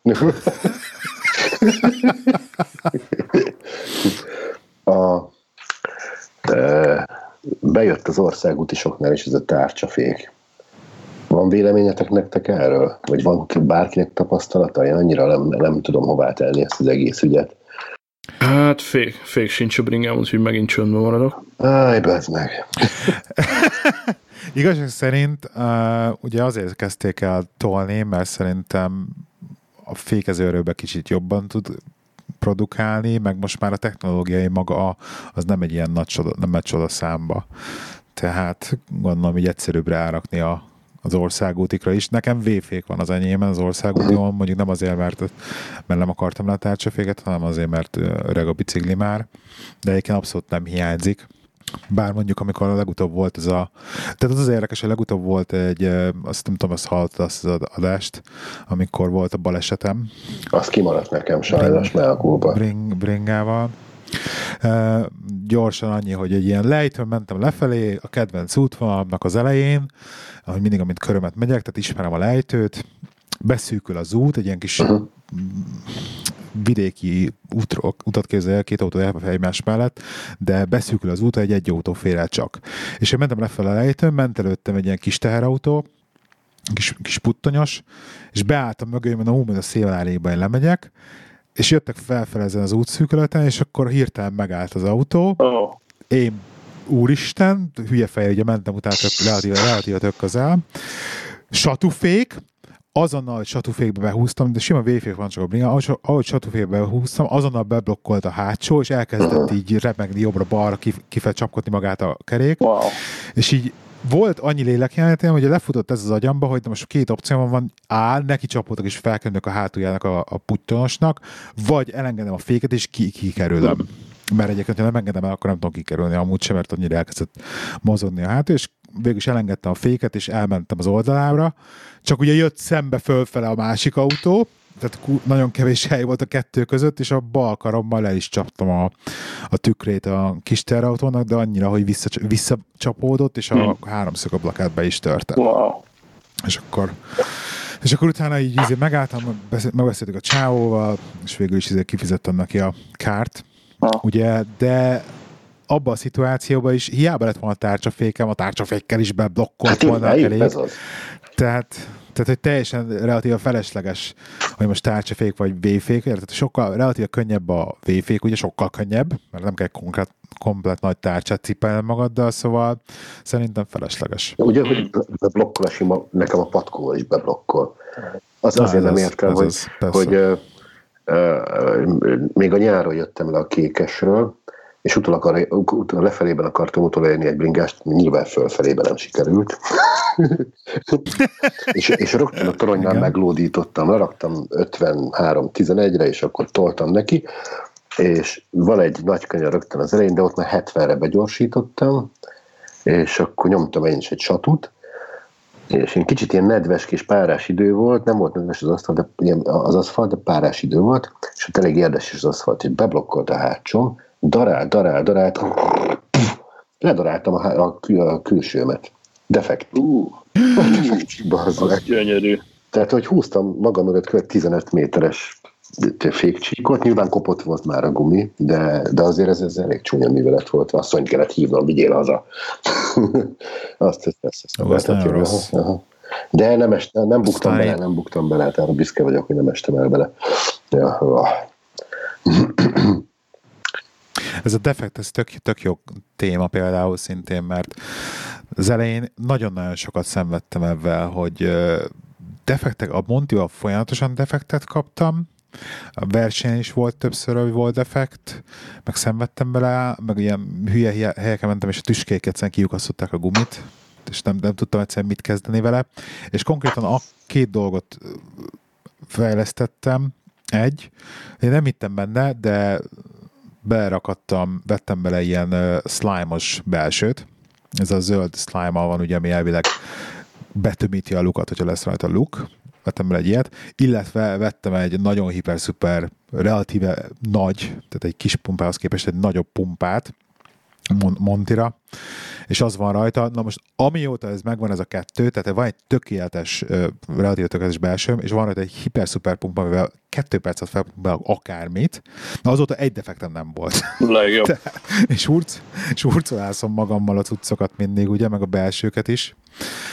Bejött az országútisoknál is ez a tárcsafék. Van véleményetek nektek erről? Vagy van bárkinek tapasztalata? Én annyira nem tudom hová tenni ezt az egész ügyet. Hát fék sincs a bringám, úgyhogy megint csöndben maradok. Áj, bezd meg. Igazság szerint ugye azért kezdték el tolni, mert szerintem a fékezőerőbe kicsit jobban tud produkálni, meg most már a technológiai maga az nem egy ilyen nagy csoda, nem egy csoda számba. Tehát gondolom, hogy egyszerűbb rárakni az országútikra is. Nekem V-fék van az enyémben az országúton, mondjuk nem azért, mert nem akartam le a tárcsaféket, hanem azért, mert öreg a bicikli már, de egyébként abszolút nem hiányzik. Bár mondjuk, amikor a legutóbb volt tehát az érdekes, hogy legutóbb volt azt nem tudom, azt hallottad azt az adást, amikor volt a balesetem. Az kimaradt nekem sajnos, mert a kulpa. Bringával. Gyorsan annyi, hogy egy ilyen lejtőn mentem lefelé, a kedvenc útvonalnak az elején, ahogy mindig, amint körömet megyek, tehát ismerem a lejtőt, beszűkül az út, egy ilyen kis vidéki utat képzel, két autó elfel egymás mellett, de beszűkül az út, egy autó fér el csak. És én mentem lefelé a lejtőn, ment előttem egy ilyen kis teherautó, kis puttonyos, és beálltam mögé, mert a szélárékban én lemegyek, és jöttek felfel ezen az útszűkületen, és akkor hirtelen megállt az autó. Oh. Én, úristen, hülye feje, ugye mentem utána relatíve tök közel. Satufék, azonnal, hogy satufékbe behúztam, de sima V-fék van csak a bringa, ahogy satufékbe behúztam, azonnal beblokkolt a hátsó, és elkezdett így remegni jobbra-balra, kifele csapkodni magát a kerék. Wow. És így volt annyi lélekjelenetem, hogy lefutott ez az agyamba, hogy most két opció van, neki csapódok és felkönnök a hátuljának a puttonosnak, vagy elengedem a féket és kikerülöm. Mert egyébként, ha nem engedem el, akkor nem tudom kikerülni amúgy sem, mert annyira elkezdett mozogni a hátul, és végül is elengedtem a féket, és elmentem az oldalára. Csak ugye jött szembe fölfele a másik autó, tehát nagyon kevés hely volt a kettő között, és a bal karommal el is csaptam a tükrét a kis terautónak, de annyira, hogy visszacsapódott, és a háromszög ablakát be is törte. Wow. És akkor utána így megálltam, megbeszéltük a csávóval, és végül is kifizettem neki a kárt. Ugye, de abban a szituációban is hiába lett volna a tárcsafékem, a tárcsafékkel is beblokkolt volna a kerék. Tehát, hogy teljesen relatíve felesleges, hogy most tárcsafék vagy V-fék, tehát sokkal relatíve könnyebb a V-fék, ugye sokkal könnyebb, mert nem kell komplet nagy tárcsát cipelni magaddal, szóval szerintem felesleges. Ugye, hogy beblokkol a sima, nekem a patkóval is beblokkol. Azért nem értem, hogy még a nyáron jöttem le a Kékesről, és utána lefelében akartam utolérni egy bringást, nyilván fölfelében nem sikerült. és rögtön a toronynál meglódítottam, leraktam 53-11-re, és akkor toltam neki, és van egy nagy kanyar rögtön az elején, de ott már 70-re begyorsítottam, és akkor nyomtam én is egy satut, és én kicsit ilyen nedves kis párás idő volt, nem volt nedves az aszfalt, de párás idő volt, és ott elég érdekes az aszfalt, hogy beblokkolt a hátsóm, darált, ledaráltam a külsőmet. Defekt. Gyönyörű. Tehát, hogy húztam magam mögött 15 méteres fékcsíkot, nyilván kopott volt már a gumi, de azért ez elég csúnya művelet volt, asszonyt kellett hívnom, vigyél haza. Azt nagyon rossz. De nem buktam bele, tehát arra büszke vagyok, hogy nem estem el bele. Ez a defekt, ez tök jó téma például szintén, mert az elején nagyon-nagyon sokat szenvedtem ebben, hogy defektek, a Montival folyamatosan defektet kaptam, a versenyen is volt többször, hogy volt defekt, meg szenvedtem bele, meg ilyen hülye helyeken mentem, és a tüskék egyszerűen kiukasztották a gumit, és nem tudtam egyszerűen mit kezdeni vele, és konkrétan a két dolgot fejlesztettem. Én nem hittem benne, de vettem bele ilyen slime-os belsőt. Ez a zöld slime-mal van, ugye, ami elvileg betömíti a lukat, hogyha lesz rajta luk. Vettem bele egy ilyet. Illetve vettem egy nagyon hiper-szuper, relatíve nagy, tehát egy kis pumpához képest egy nagyobb pumpát, Montira, és az van rajta. Na most amióta ez megvan, ez a kettő, tehát van egy tökéletes, relatíve tökéletes belsőm, és van rajta egy hiper-szuper pumpa, amivel 2 percet felpumpálok akármit. Na azóta egy defektem nem volt. Legjobb. És hurcolázom magammal a cuccokat mindig, ugye, meg a belsőket is.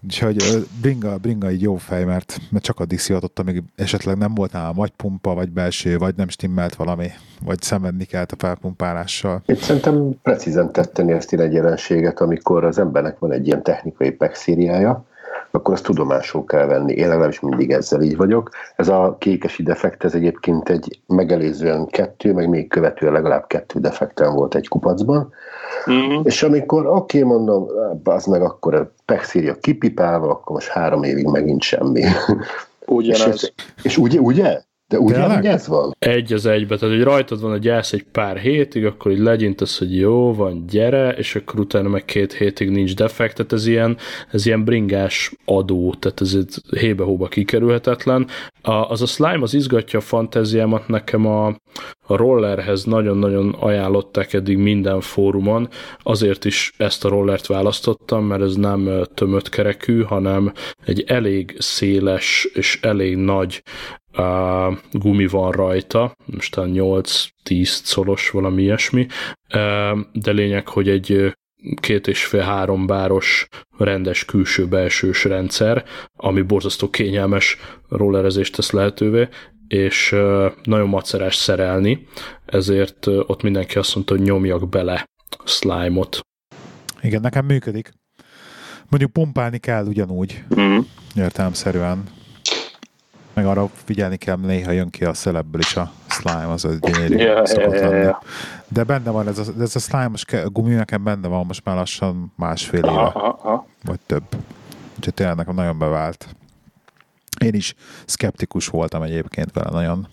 Úgyhogy bringa így jó fej, mert csak addig szivatott, amíg esetleg nem volt nálam vagy pumpa, vagy belső, vagy nem stimmelt valami, vagy szenvedni kellett a felpumpálással. Én szerintem precízen tetteni ezt egy jelenséget, amikor az embernek van egy ilyen technikai pegszériája, akkor azt tudomásul kell venni. Én legalábbis mindig ezzel így vagyok. Ez a kékesi defekt, ez egyébként egy megelőzően 2, meg még követően legalább 2 defekten volt egy kupacban. És amikor mondom, az meg akkor a pegszéria kipipálva, akkor most 3 évig megint semmi. Ugyanez. És ugye? De ugye ez van? Egy az egybe, tehát hogy rajtad van a gyász egy pár hétig, akkor így legyintesz, hogy jó van, gyere, és akkor utána meg 2 hétig nincs defekt, tehát ez ilyen bringás adó, tehát ez hébe-hóba kikerülhetetlen. Az a slime, az izgatja a fantáziámat, nekem a rollerhez nagyon-nagyon ajánlották eddig minden fórumon, azért is ezt a rollert választottam, mert ez nem tömött kerekű, hanem egy elég széles és elég nagy gumi van rajta, most 8-10 colos valami ilyesmi, de lényeg, hogy egy 2,5-3 báros rendes külső-belsős rendszer, ami borzasztó kényelmes rollerezést tesz lehetővé, és nagyon macerás szerelni, ezért ott mindenki azt mondta, hogy nyomjak bele slime-ot. Igen, nekem működik. Mondjuk pumpálni kell ugyanúgy, értelemszerűen. Meg arra figyelni kell, néha jön ki a szelebből is a slime, az egy gyönyörű szokott lenni. De benne van, ez a slime-os gumi nekem benne van most már lassan 1,5 éve. Vagy több. Úgyhogy tényleg nekem nagyon bevált. Én is szkeptikus voltam egyébként vele nagyon.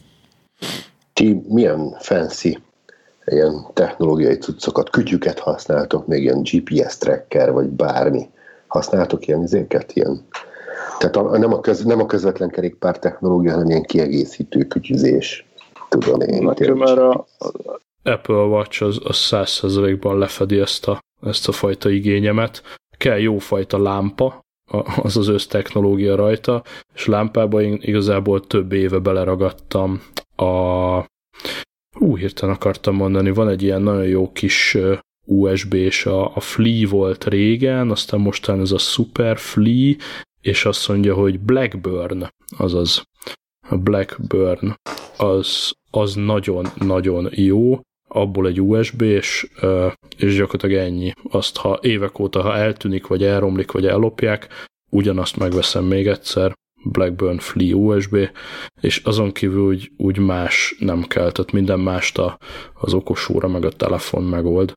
Ti milyen fancy ilyen technológiai cuccokat, kütyüket használtok, még ilyen GPS tracker, vagy bármi? Használtok ilyen izéket? Tehát nem a közvetlen kerékpár technológia, hanem ilyen kiegészítő kütyüzés. Tudom én. Nekem erre Apple Watch az 100%-ban lefedi ezt a fajta igényemet. Kell jófajta lámpa, az az össztechnológia rajta, és lámpába én igazából több éve beleragadtam hirtelen akartam mondani, van egy ilyen nagyon jó kis USB-s, a Flea volt régen, aztán mostán ez a Super Flea, és azt mondja, hogy Blackburn, azaz a Blackburn, az nagyon-nagyon jó, abból egy USB, és gyakorlatilag ennyi. Azt, ha évek óta, ha eltűnik, vagy elromlik, vagy ellopják, ugyanazt megveszem még egyszer, Blackburn Flea USB, és azon kívül úgy más nem kell, tehát minden mást az okos óra, meg a telefon megold.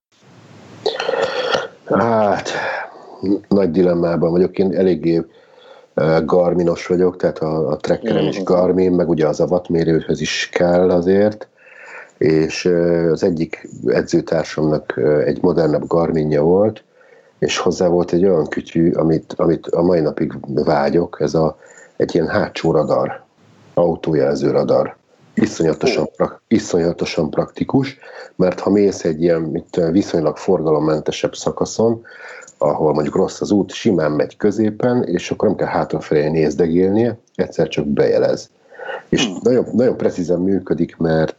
Hát, nagy dilemmában vagyok, én eléggé Garminos vagyok, tehát a trackerem is Garmin, meg ugye az a wattmérőhöz is kell azért, és az egyik edzőtársamnak egy modernebb Garminja volt, és hozzá volt egy olyan kütyű, amit a mai napig vágyok, egy ilyen hátsó radar, autójelző radar. Iszonyatosan praktikus, mert ha mész egy ilyen viszonylag forgalommentesebb szakaszon, ahol mondjuk rossz az út, simán megy középen, és akkor nem kell hátrafelé nézdegélnie, egyszer csak bejelez. És nagyon, nagyon precízen működik,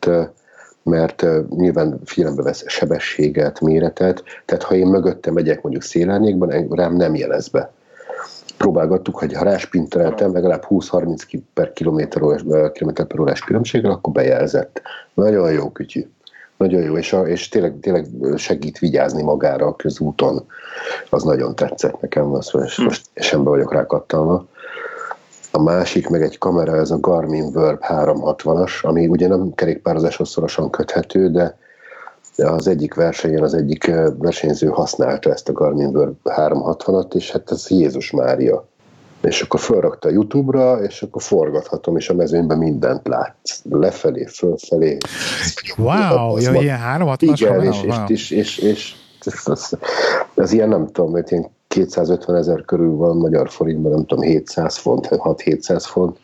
mert nyilván figyelembe vesz sebességet, méretet, tehát ha én mögötte megyek mondjuk szélárnyékban, rám nem jelez be. Próbálgattuk, hogy ha ráspinteltem legalább 20-30 km/h különbséggel, akkor bejelzett. Nagyon jó kütyű. Nagyon jó, és tényleg segít vigyázni magára a közúton. Az nagyon tetszett nekem, most sembe vagyok rákattalva. A másik meg egy kamera, ez a Garmin Verb 360-as, ami ugye nem kerékpározáshoz szorosan köthető, de az egyik versenyen az egyik versenyző használta ezt a Garmin Verb 360-at, és hát ez Jézus Mária. És akkor felrakta a YouTube-ra, és akkor forgathatom, és a mezőnyben mindent látsz. Lefelé, fölfelé. Wow, ilyen 360-as kamera? És ez ilyen nem tudom, mert ilyen 250 000 körül van magyar forintban, nem tudom, 700 font, 6-700 font.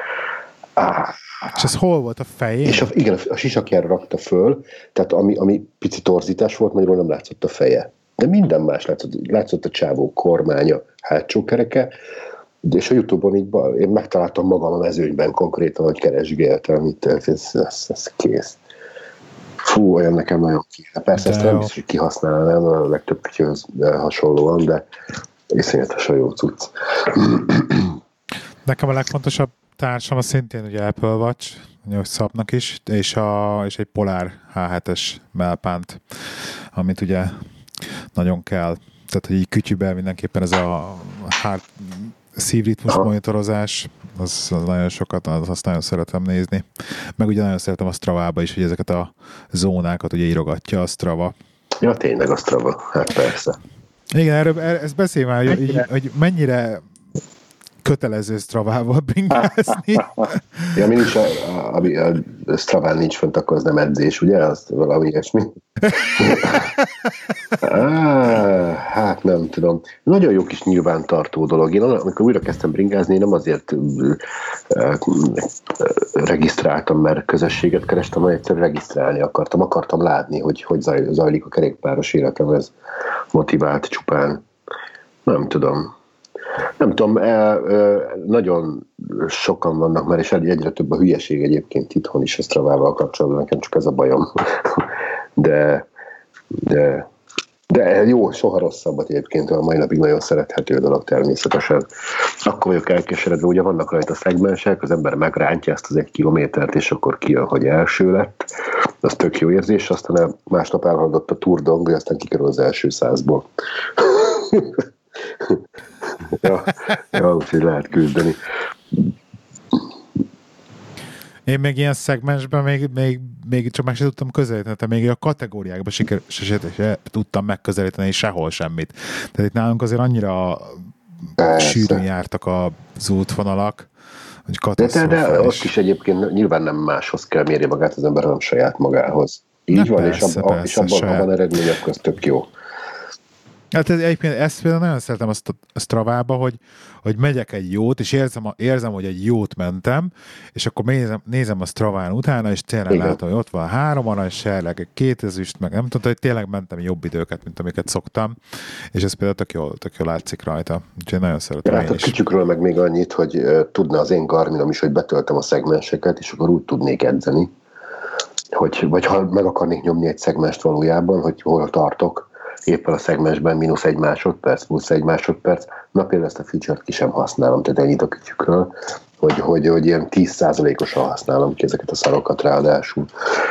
És ez hol volt a fején? És igen, a sisakjára rakta föl, tehát ami pici torzítás volt, magyarul nem látszott a feje. De minden más látszott a csávó kormánya, hátsó kereke, és a YouTube-on így én megtaláltam magam a mezőnyben konkrétan, hogy keresgéltem, ez kész. Fú, olyan nekem nagyon kéne. Persze ezt nem biztos, hogy kihasználnám, a legtöbb kütyőhöz hasonlóan, de Iszonyatosan jó cucc. Nekem a legfontosabb társam az szintén ugye Apple Watch, Szabnak is, és egy Polar H7-es mellpánt, amit ugye nagyon kell. Tehát, hogy így kütyűben mindenképpen ez a szívritmus monitorozás, az nagyon sokat, azt nagyon szeretem nézni. Meg ugye nagyon szeretem a Stravába is, hogy ezeket a zónákat ugye írogatja a Strava. Ja, tényleg a Strava, hát persze. Igen, erről ezt beszélj már, hogy mennyire kötelező Stravával bringázni. Ja, mi nincs, a Straván nincs fönt, akkor az nem edzés, ugye? Az valami ilyesmi. Hát nem tudom. Nagyon jó kis nyilvántartó dolog. Én amikor újra kezdtem bringázni, nem azért regisztráltam, mert közösséget kerestem, hanem egyszerűen regisztrálni akartam látni, hogy zajlik a kerékpáros életem, ez motivált csupán. Nem tudom, nagyon sokan vannak már, és egyre több a hülyeség egyébként itthon is a Stravával kapcsolatban, nekem csak ez a bajom. De jó, soha rosszabbat egyébként, a mai napig nagyon szerethető dolog természetesen. Akkor vagyok elkeseredve, ugye vannak rajta szegmensek, az ember megrántja ezt az 1 kilométert, és akkor kijön, hogy első lett. Az tök jó érzés, aztán másnap elhaladott a Tour Dong, aztán kikerül az első 100-ból. Ja, úgyhogy lehet küzdeni. Én még ilyen szegmensben még csak meg sem tudtam közelíteni, tehát még a kategóriákban se tudtam megközelíteni sehol semmit. Tehát itt nálunk azért annyira sűrűn jártak az útvonalak, hogy katasztrofális. De ott is egyébként nyilván nem máshoz kell mérni magát az ember, hanem saját magához. Így van, persze, és abban, ha van eredmény, akkor ez tök jó. Hát egyébként ezt például nagyon szeretem a Stravába, hogy megyek egy jót, és érzem, hogy egy jót mentem, és akkor nézem a Straván utána, és tényleg látom, hogy ott van 3 arany serleg, 2 ezüst, meg nem tudom, hogy tényleg mentem jobb időket, mint amiket szoktam, és ez például tök jól látszik rajta. Úgyhogy nagyon szeretem én is. Kütyükről meg még annyit, hogy tudna az én Garminom is, hogy betöltem a szegmenseket, és akkor úgy tudnék edzeni, vagy ha meg akarnék nyomni egy szegmest valójában, hogy hol tartok, éppen a szegmensben -1 másodperc, +1 másodperc, na például ezt a feature-t ki sem használom, tehát ennyit a kütyükről, hogy ilyen 10%-osan használom ki ezeket a szarokat ráadásul.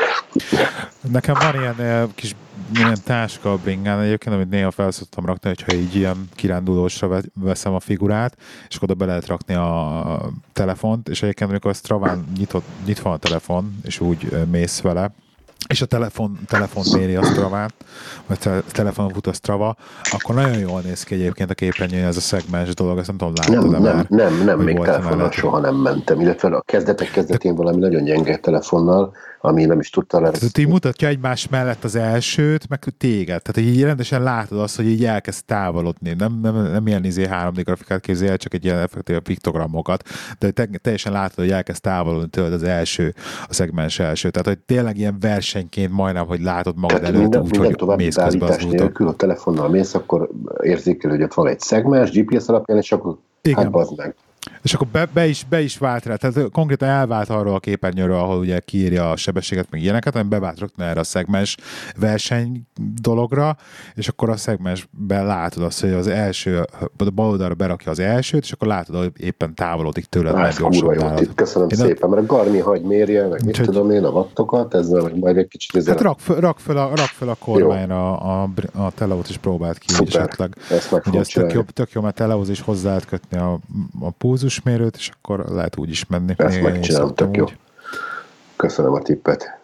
Nekem van ilyen kis táska a bringán egyébként, amit néha fel szoktam rakni, hogyha így ilyen kirándulósra veszem a figurát, és akkor oda be lehet rakni a telefont, és egyébként amikor a Straván nyitva a telefon, és úgy mész vele, és a telefon méri a Stravát, vagy telefonon fut a Strava, akkor nagyon jól néz ki egyébként a képernyőn ez a szegmens dolog, ezt nem tudom, láttad-e már? Nem, még telefonnal soha nem mentem, illetve a kezdetén valami nagyon gyenge telefonnal, ami nem is tudta le. Tehát így mutatja egymás mellett az elsőt, meg téged. Tehát így rendesen látod azt, hogy így elkezd távolodni. Nem ilyen 3D grafikát képzel, csak egy ilyen effektív piktogramokat, de teljesen látod, hogy elkezd távolodni tőled az első, a szegmens első. Tehát, hogy tényleg ilyen versenyként majdnem, hogy látod magad előtt úgy, hogy mész közben az úton. Nélkül, a telefonnal mész, akkor érzékelő, hogy ott van egy szegmens, GPS alapján, és akkor hát bazd meg. És akkor be is vált rá, tehát konkrétan elvált arról a képernyőről, ahol ugye kiírja a sebességet, meg ilyeneket, hanem bevált rögtön erre a szegmens verseny dologra, és akkor a szegmensben látod azt, hogy az első, a bal oldalra berakja az elsőt, és akkor látod, hogy éppen távolodik tőled, meg gyorsabb nálad. Köszönöm szépen, mert a Garmin hagy mérje, meg mit tudom én, a wattokat, ezzel majd egy kicsit ezzel... Hát rak föl a kormányra a Teleót is próbált ki, szuper, esetleg. Ugye ez tök jó, mert Teleóhoz is hozzá lehet kötni a pulzusmérőt, és akkor lehet úgy is menni. Ezt megcsinálom, tök jó. Köszönöm a tippet.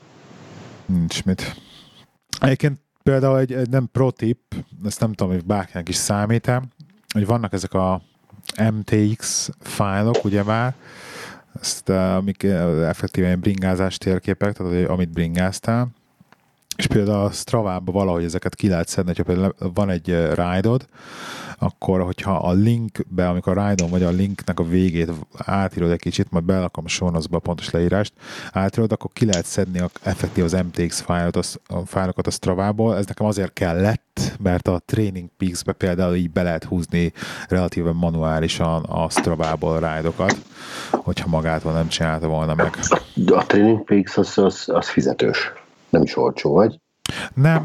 Nincs mit. Egyébként például egy nem pro tipp, ezt nem tudom, hogy bárkinek is számít-e, hogy vannak ezek a MTX fájlok, ugye már, ezt, amik effektíven bringázás térképek, tehát amit bringáztál, és például a Stravában valahogy ezeket ki lehet szedni, hogyha például van egy ride-od, akkor, hogyha a linkbe, amikor a ride-on vagy a linknek a végét átírod egy kicsit, majd belakom a sornozba a pontos leírást, átírod, akkor ki lehet szedni effektív az MTX fájlokat a Stravából. Ez nekem azért kellett, mert a Training Peaks-be például így be lehet húzni relatíven manuálisan a Stravából ride-okat, hogyha magától nem csinálta volna meg. De a Training Peaks az fizetős. Nem is olcsó, vagy? Nem,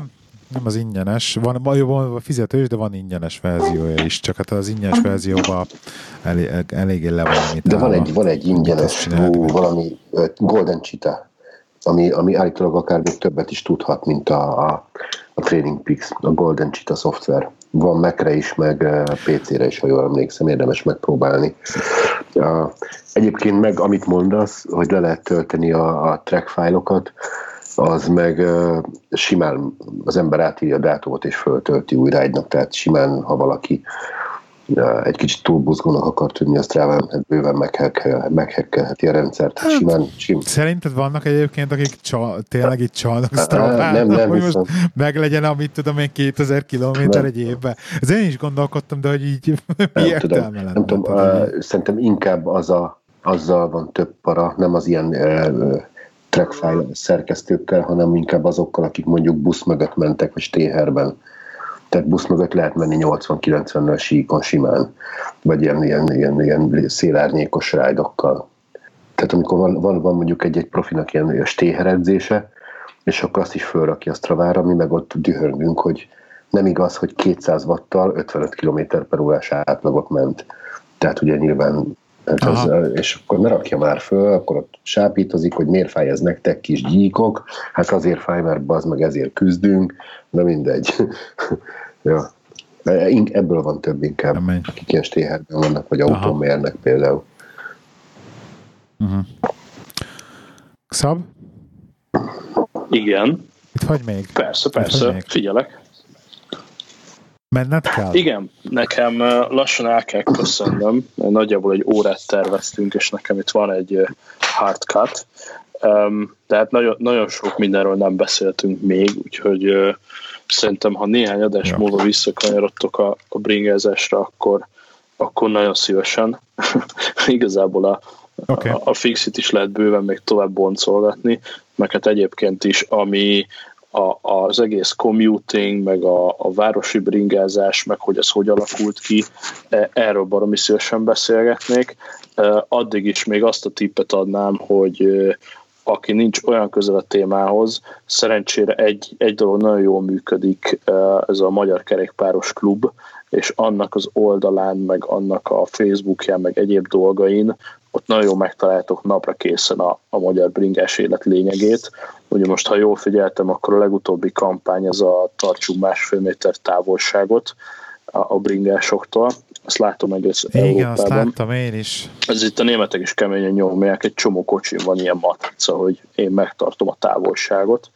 Nem az ingyenes. Van fizetős, de van ingyenes verziója is. Csak hát az ingyenes verzióban eléggé le van limitálva. De van egy ingyenes, valami Golden Cheetah, ami állítólag akár még többet is tudhat, mint a Training Peaks, a Golden Cheetah szoftver. Van Mac-re is, meg PC-re is, ha jól emlékszem, érdemes megpróbálni. Egyébként meg, amit mondasz, hogy le lehet tölteni a track fájlokat, az meg simán az ember átírja a dátumot és föltölti újra egynak, tehát simán, ha valaki egy kicsit túl buzgónak akar tűnni, azt rá bőven meghekkelheti a rendszert. Simán. Szerinted vannak egyébként, akik tényleg itt csalnak nem, hogy most meglegyen, amit tudom én, 2000 kilométer egy évben. Ez én is gondolkodtam, de hogy így mi értelme lenne? Nem tudom, szerintem inkább azzal van több para, nem az ilyen trackfile szerkesztőkkel, hanem inkább azokkal, akik mondjuk busz mögött mentek, vagy stéherben. Tehát busz mögött lehet menni 80-90-nel síkon simán, vagy ilyen szélárnyékos rájdokkal. Tehát amikor van mondjuk egy profinak ilyen stéheredzése, és akkor azt is fölrakja a Stravára, mi meg ott dühöngünk, hogy nem igaz, hogy 200 watttal 55 km/h átlagot ment. Tehát ugye nyilván és akkor ne rakja már föl, akkor ott sápítozik, hogy miért fáj ez nektek, kis gyíkok, hát azért fáj, mert bazd meg ezért küzdünk, de mindegy. Ja. Ebből van több inkább, akik ilyen stéherben vannak, vagy autómérnek például. Szab? Igen. Itt vagy még? Persze, még? Figyelek. Menned kell? Igen, nekem lassan el kell köszönnöm. Nagyjából egy órát terveztünk, és nekem itt van egy hard cut. Tehát nagyon, nagyon sok mindenről nem beszéltünk még, úgyhogy szerintem, ha néhány adás múlva visszakanyarodtok a bringázásra, akkor nagyon szívesen. Igazából a fixit is lehet bőven még tovább boncolgatni, meg hát egyébként is, ami az egész commuting, meg a városi bringázás, meg hogy ez hogy alakult ki, erről baromi szívesen beszélgetnék. Addig is még azt a tippet adnám, hogy aki nincs olyan közel a témához, szerencsére egy dolog nagyon jól működik, ez a Magyar Kerékpáros Klub, és annak az oldalán, meg annak a Facebookján, meg egyéb dolgain, ott nagyon jól megtaláltok napra készen a magyar bringás élet lényegét. Ugye most, ha jól figyeltem, akkor a legutóbbi kampány ez a tartsunk 1,5 méter távolságot a bringásoktól. Azt látom egész Európában. Igen, azt láttam én is. Ez itt a németek is keményen nyomják, egy csomó kocsin van ilyen matrica, hogy én megtartom a távolságot.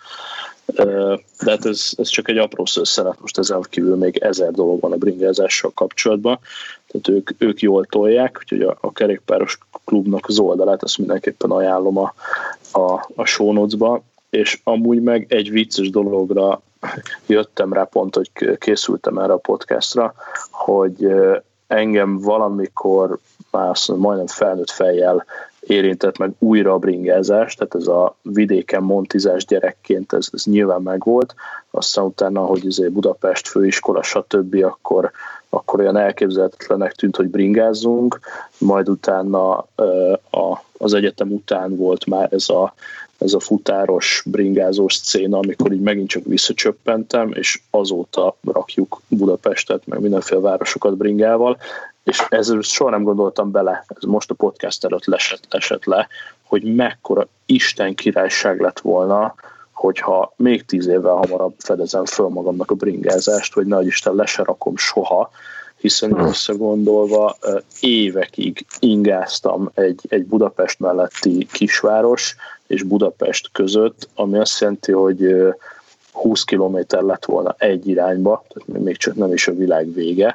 De hát ez csak egy apró szőszelet, most ezen kívül még 1000 dolog van a bringázással kapcsolatban, tehát ők jól tolják, úgyhogy a kerékpáros klubnak az oldalát, ezt mindenképpen ajánlom a show notes-ba, és amúgy meg egy vicces dologra jöttem rá pont, hogy készültem erre a podcastra, hogy engem valamikor már majdnem felnőtt fejjel érintett meg újra a bringázás, tehát ez a vidéken montizás gyerekként ez nyilván megvolt, aztán utána, hogy Budapest főiskola, stb., akkor olyan elképzelhetetlenek tűnt, hogy bringázzunk, majd utána az egyetem után volt már ez a futáros, bringázós széna, amikor így megint csak visszacsöppentem, és azóta rakjuk Budapestet, meg mindenféle városokat bringával, és ezzel soha nem gondoltam bele, ez most a podcast előtt esett le, hogy mekkora Isten királyság lett volna, hogyha még 10 évvel hamarabb fedezem föl magamnak a bringázást, hogy nagy Isten, le se rakom soha, hiszen összegondolva évekig ingáztam egy Budapest melletti kisváros és Budapest között, ami azt jelenti, hogy 20 kilométer lett volna egy irányba, tehát még csak nem is a világ vége,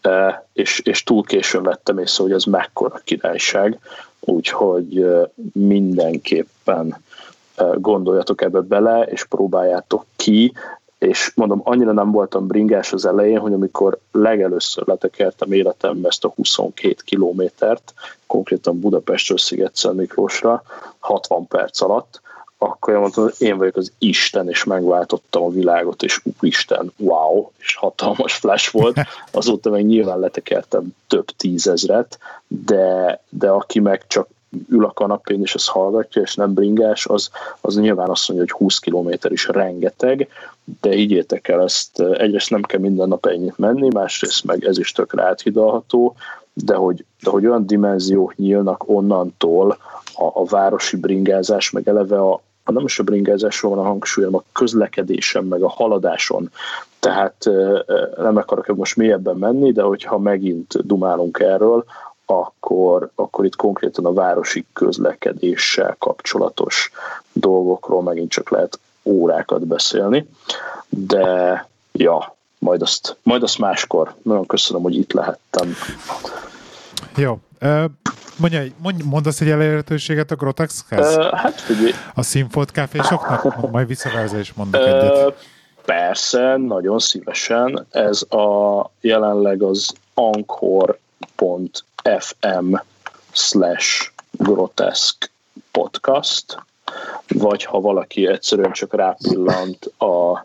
és túl későn vettem észre, hogy ez mekkora királyság, úgyhogy mindenképpen gondoljatok ebbe bele, és próbáljátok ki, és mondom, annyira nem voltam bringás az elején, hogy amikor legelőször letekertem életembe ezt a 22 kilométert, konkrétan Budapestről Sziget-Szentmiklósra 60 perc alatt, akkor én mondtam, hogy én vagyok az Isten, és megváltottam a világot, és úristen, wow, és hatalmas flash volt. Azóta meg nyilván letekertem több 10 000, de aki meg csak ül a kanapén és ezt hallgatja, és nem bringás, az nyilván azt mondja, hogy 20 kilométer is rengeteg, de higgyétek el, ezt egyrészt nem kell minden nap ennyit menni, másrészt meg ez is tökre áthidalható, de hogy olyan dimenziók nyílnak onnantól a városi bringázás, meg eleve nem is a bringázásról van a hangsúlyom, a közlekedésen, meg a haladáson. Tehát nem akarok most mélyebben menni, de hogyha megint dumálunk erről, akkor itt konkrétan a városi közlekedéssel kapcsolatos dolgokról megint csak lehet órákat beszélni. De ja, majd azt máskor. Nagyon köszönöm, hogy itt lehettem. Jó. Mondasz egy elérhetőséget a Grotexhez? Hát figyelj. A Színfolt káfésoknak? Majd visszaverze is mondok egyet. Persze, nagyon szívesen. Ez jelenleg az anchor.fm/groteszk podcast, vagy ha valaki egyszerűen csak rápillant a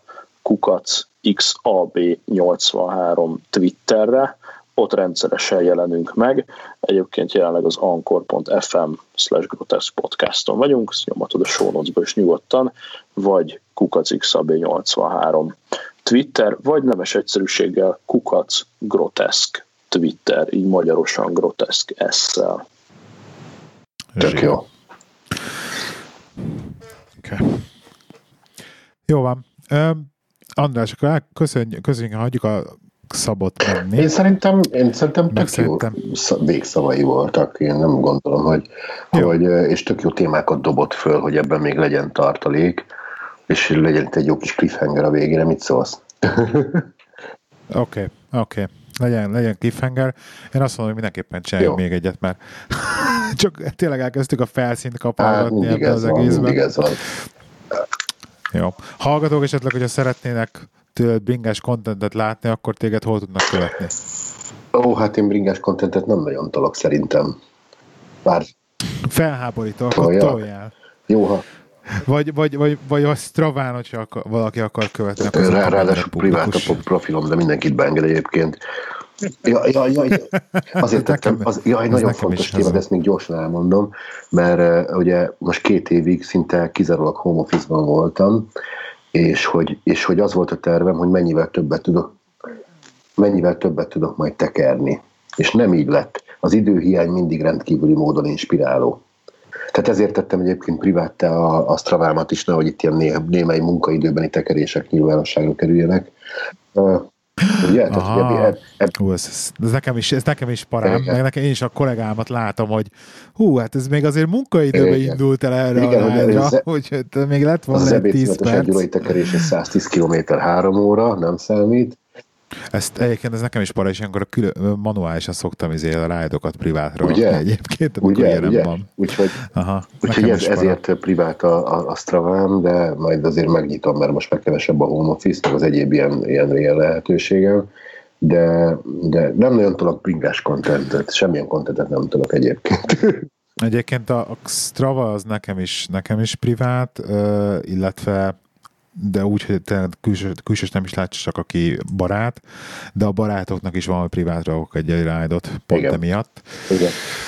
@xab83 Twitterre, ott rendszeresen jelenünk meg. Egyébként jelenleg az anchor.fm/groteszk podcaston vagyunk, ezt nyomatod a show notes-ba is nyugodtan, vagy xab83 Twitter, vagy nemes egyszerűséggel groteszk Twitter, így magyarosan groteszk S-szel. Tök jó. Okay. Jó van. András, akkor köszönjük, hagyjuk a Szabot menni. Én szerintem tök jó végszavai voltak. Én nem gondolom, hogy és tök jó témákat dobott föl, hogy ebben még legyen tartalék, és legyen itt egy jó kis cliffhanger a végére. Mit szólsz? Oké. Legyen cliffhanger. Én azt mondom, hogy mindenképpen csináljunk még egyet, mert csak tényleg elkezdtük a felszínt kapargatni ebben az egészben. Mindig ez van. Jó. Hallgatók esetleg, hogyha szeretnének tőled bringás kontentet látni, akkor téged hol tudnak követni? Hát én bringás kontentet nem nagyon tolok szerintem. Bár... Felháborító, akkor toljál. Jó, ha. Vagy a Straván, hogyha valaki akar követni. Ráadásul privát a profilom, de mindenkit beenged egyébként. Azért tettem, nagyon fontos téma, de ezt még gyorsan elmondom, mert ugye most 2 évig szinte kizárólag home office-ban voltam, és hogy az volt a tervem, hogy mennyivel többet tudok majd tekerni. És nem így lett. Az időhiány mindig rendkívüli módon inspiráló. Tehát ezért tettem egyébként priváttá a Stravámat is, nehogy itt ilyen némely munkaidőbeni tekerések nyilvánosságra kerüljenek. Ugye? Ez nekem is parám, meg én is a kollégámat látom, hogy hát ez még azért munkaidőben indult el erre a rányra, hogy még lett volna egy 10 perc. Az egy órai tekerés, 110 km 3 óra, nem számít. Egyébként ez nekem is para, és ilyenkor manuálisan szoktam a rájdokat privátról. Ugye? Egyébként, amikor ilyen van. Úgyhogy ezért privát a Stravám, de majd azért megnyitom, mert most meg kevesebb a home office, meg az egyéb ilyen lehetőségem. De nem nagyon tudok bringás kontentet, semmilyen kontentet nem tudok egyébként. Egyébként a Strava az nekem is privát, illetve de úgy, hogy külsős nem is látsz, csak aki barát, de a barátoknak is valami privátra rakok egy ride-ot pont emiatt. Igen.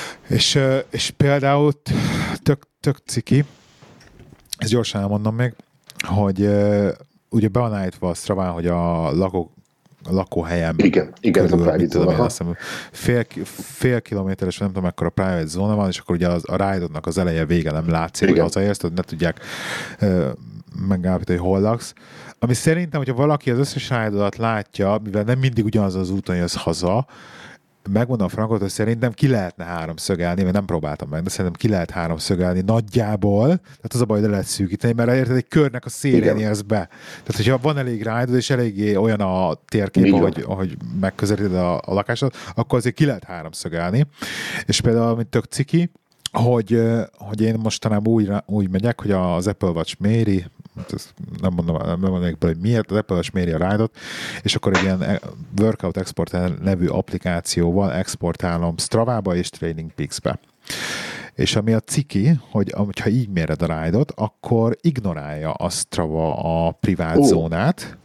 És például tök ciki, ezt gyorsan elmondom még, hogy ugye be van állítva a Straván, hogy a lakóhelyem körül, mit tudom én, azt hiszem, fél kilométeres, nem tudom, mekkora private zóna van, és akkor ugye a ride-ot az eleje vége nem látszik, hogy hazaérsz, hogy ne tudják megállapítani, hogy hol laksz. Ami szerintem, hogyha valaki az összes ride-odat látja, mivel nem mindig ugyanaz az úton jössz haza, megmondom Frankot, hogy szerintem ki lehetne 3-szögelni, mert nem próbáltam meg, de szerintem ki lehet 3-szögelni nagyjából, tehát az a baj, hogy le lehet szűkíteni, mert érted, egy körnek a szélén érsz be. Tehát, hogyha van elég rájdod, és eléggé olyan a térkép, ahogy megközelíted a lakásod, akkor azért ki lehet 3-szögelni. És például, mint tök ciki, hogy én mostanában úgy megyek, hogy az Apple Watch méri, nem mondanék be, hogy miért, az Apple Watch méri a ride-ot, és akkor egy ilyen Workout Export nevű applikációval exportálom Stravába és Training Peaks-be. És ami a ciki, hogy ha így méred a ride-ot, akkor ignorálja a Strava a privát zónát,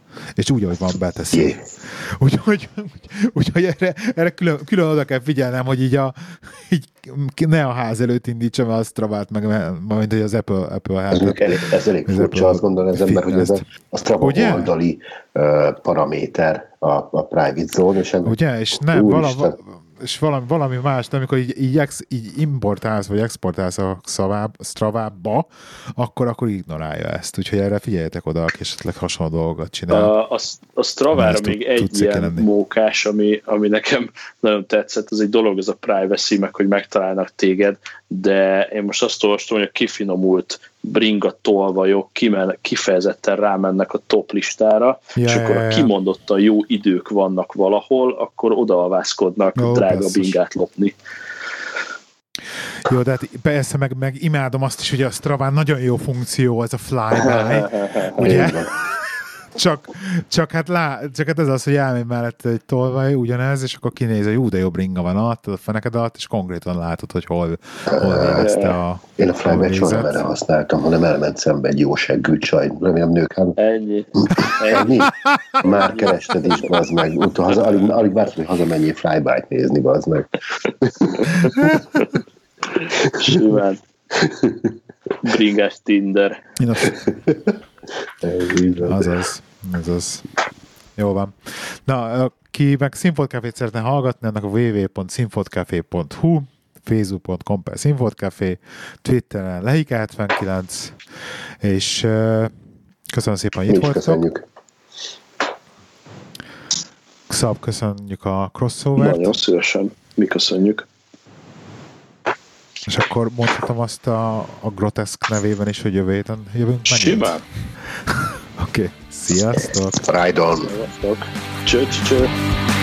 és úgy, ahogy van, beteszi. Úgyhogy erre külön oda kell figyelnem, hogy így ne a ház előtt indítsam a Stravát, meg mint hogy az Apple házat. Ez elég furcsa, azt gondolom az ember, hogy ez a Strava oldali paraméter a private zone, és ugye, és nem, valami más, de amikor így importálsz, vagy exportálsz a Stravába, akkor ignorálja ezt. Úgyhogy erre figyeljetek oda, aki esetleg hasonló dolgokat csinál. A Stravára még egy ilyen mókás, ami nekem nagyon tetszett, az egy dolog, ez a privacy, meg hogy megtalálnak téged, de én most azt olvastam, hogy a kifinomult bringa tolvajok kifejezetten rámennek a top listára, és akkor a kimondottan jó idők vannak valahol, akkor odaalvászkodnak drága bringát lopni. Jó, de hát persze meg imádom azt is, hogy a Straván nagyon jó funkció, ez a flyby, ugye? Csak hát ez az, hogy elmegy mellett egy tolvaj, ugyanez, és akkor kinéz, hogy de jobb ringa van alatt, a feneked alatt, és konkrétan látod, hogy hol végezte a... Én a flyby-t soha nem erre használtam, hanem elment szembe egy jó seggű csaj. Remélem nők hát. Ennyi. Már kerested is, bazd meg. Alig vártad, hogy hazamenjél flyby-t nézni, bazd meg. Simán. Bringás Tinder. Azaz. Jó van. Na, aki meg Színfoltcafét szeretne hallgatni, annak a www.színfoltcafé.hu, facebook.com/színfoltcafé, Twitteren Lehik79, és köszönöm szépen, hogy itt voltatok. Köszönjük. Szab, köszönjük a crossover-t. Nagyon szívesen. Mi köszönjük. És akkor mondhatom azt a Groteszk nevében is, hogy jövő héten jövünk megint. Simán. Oké. Sziasztok! Ride on! Cső.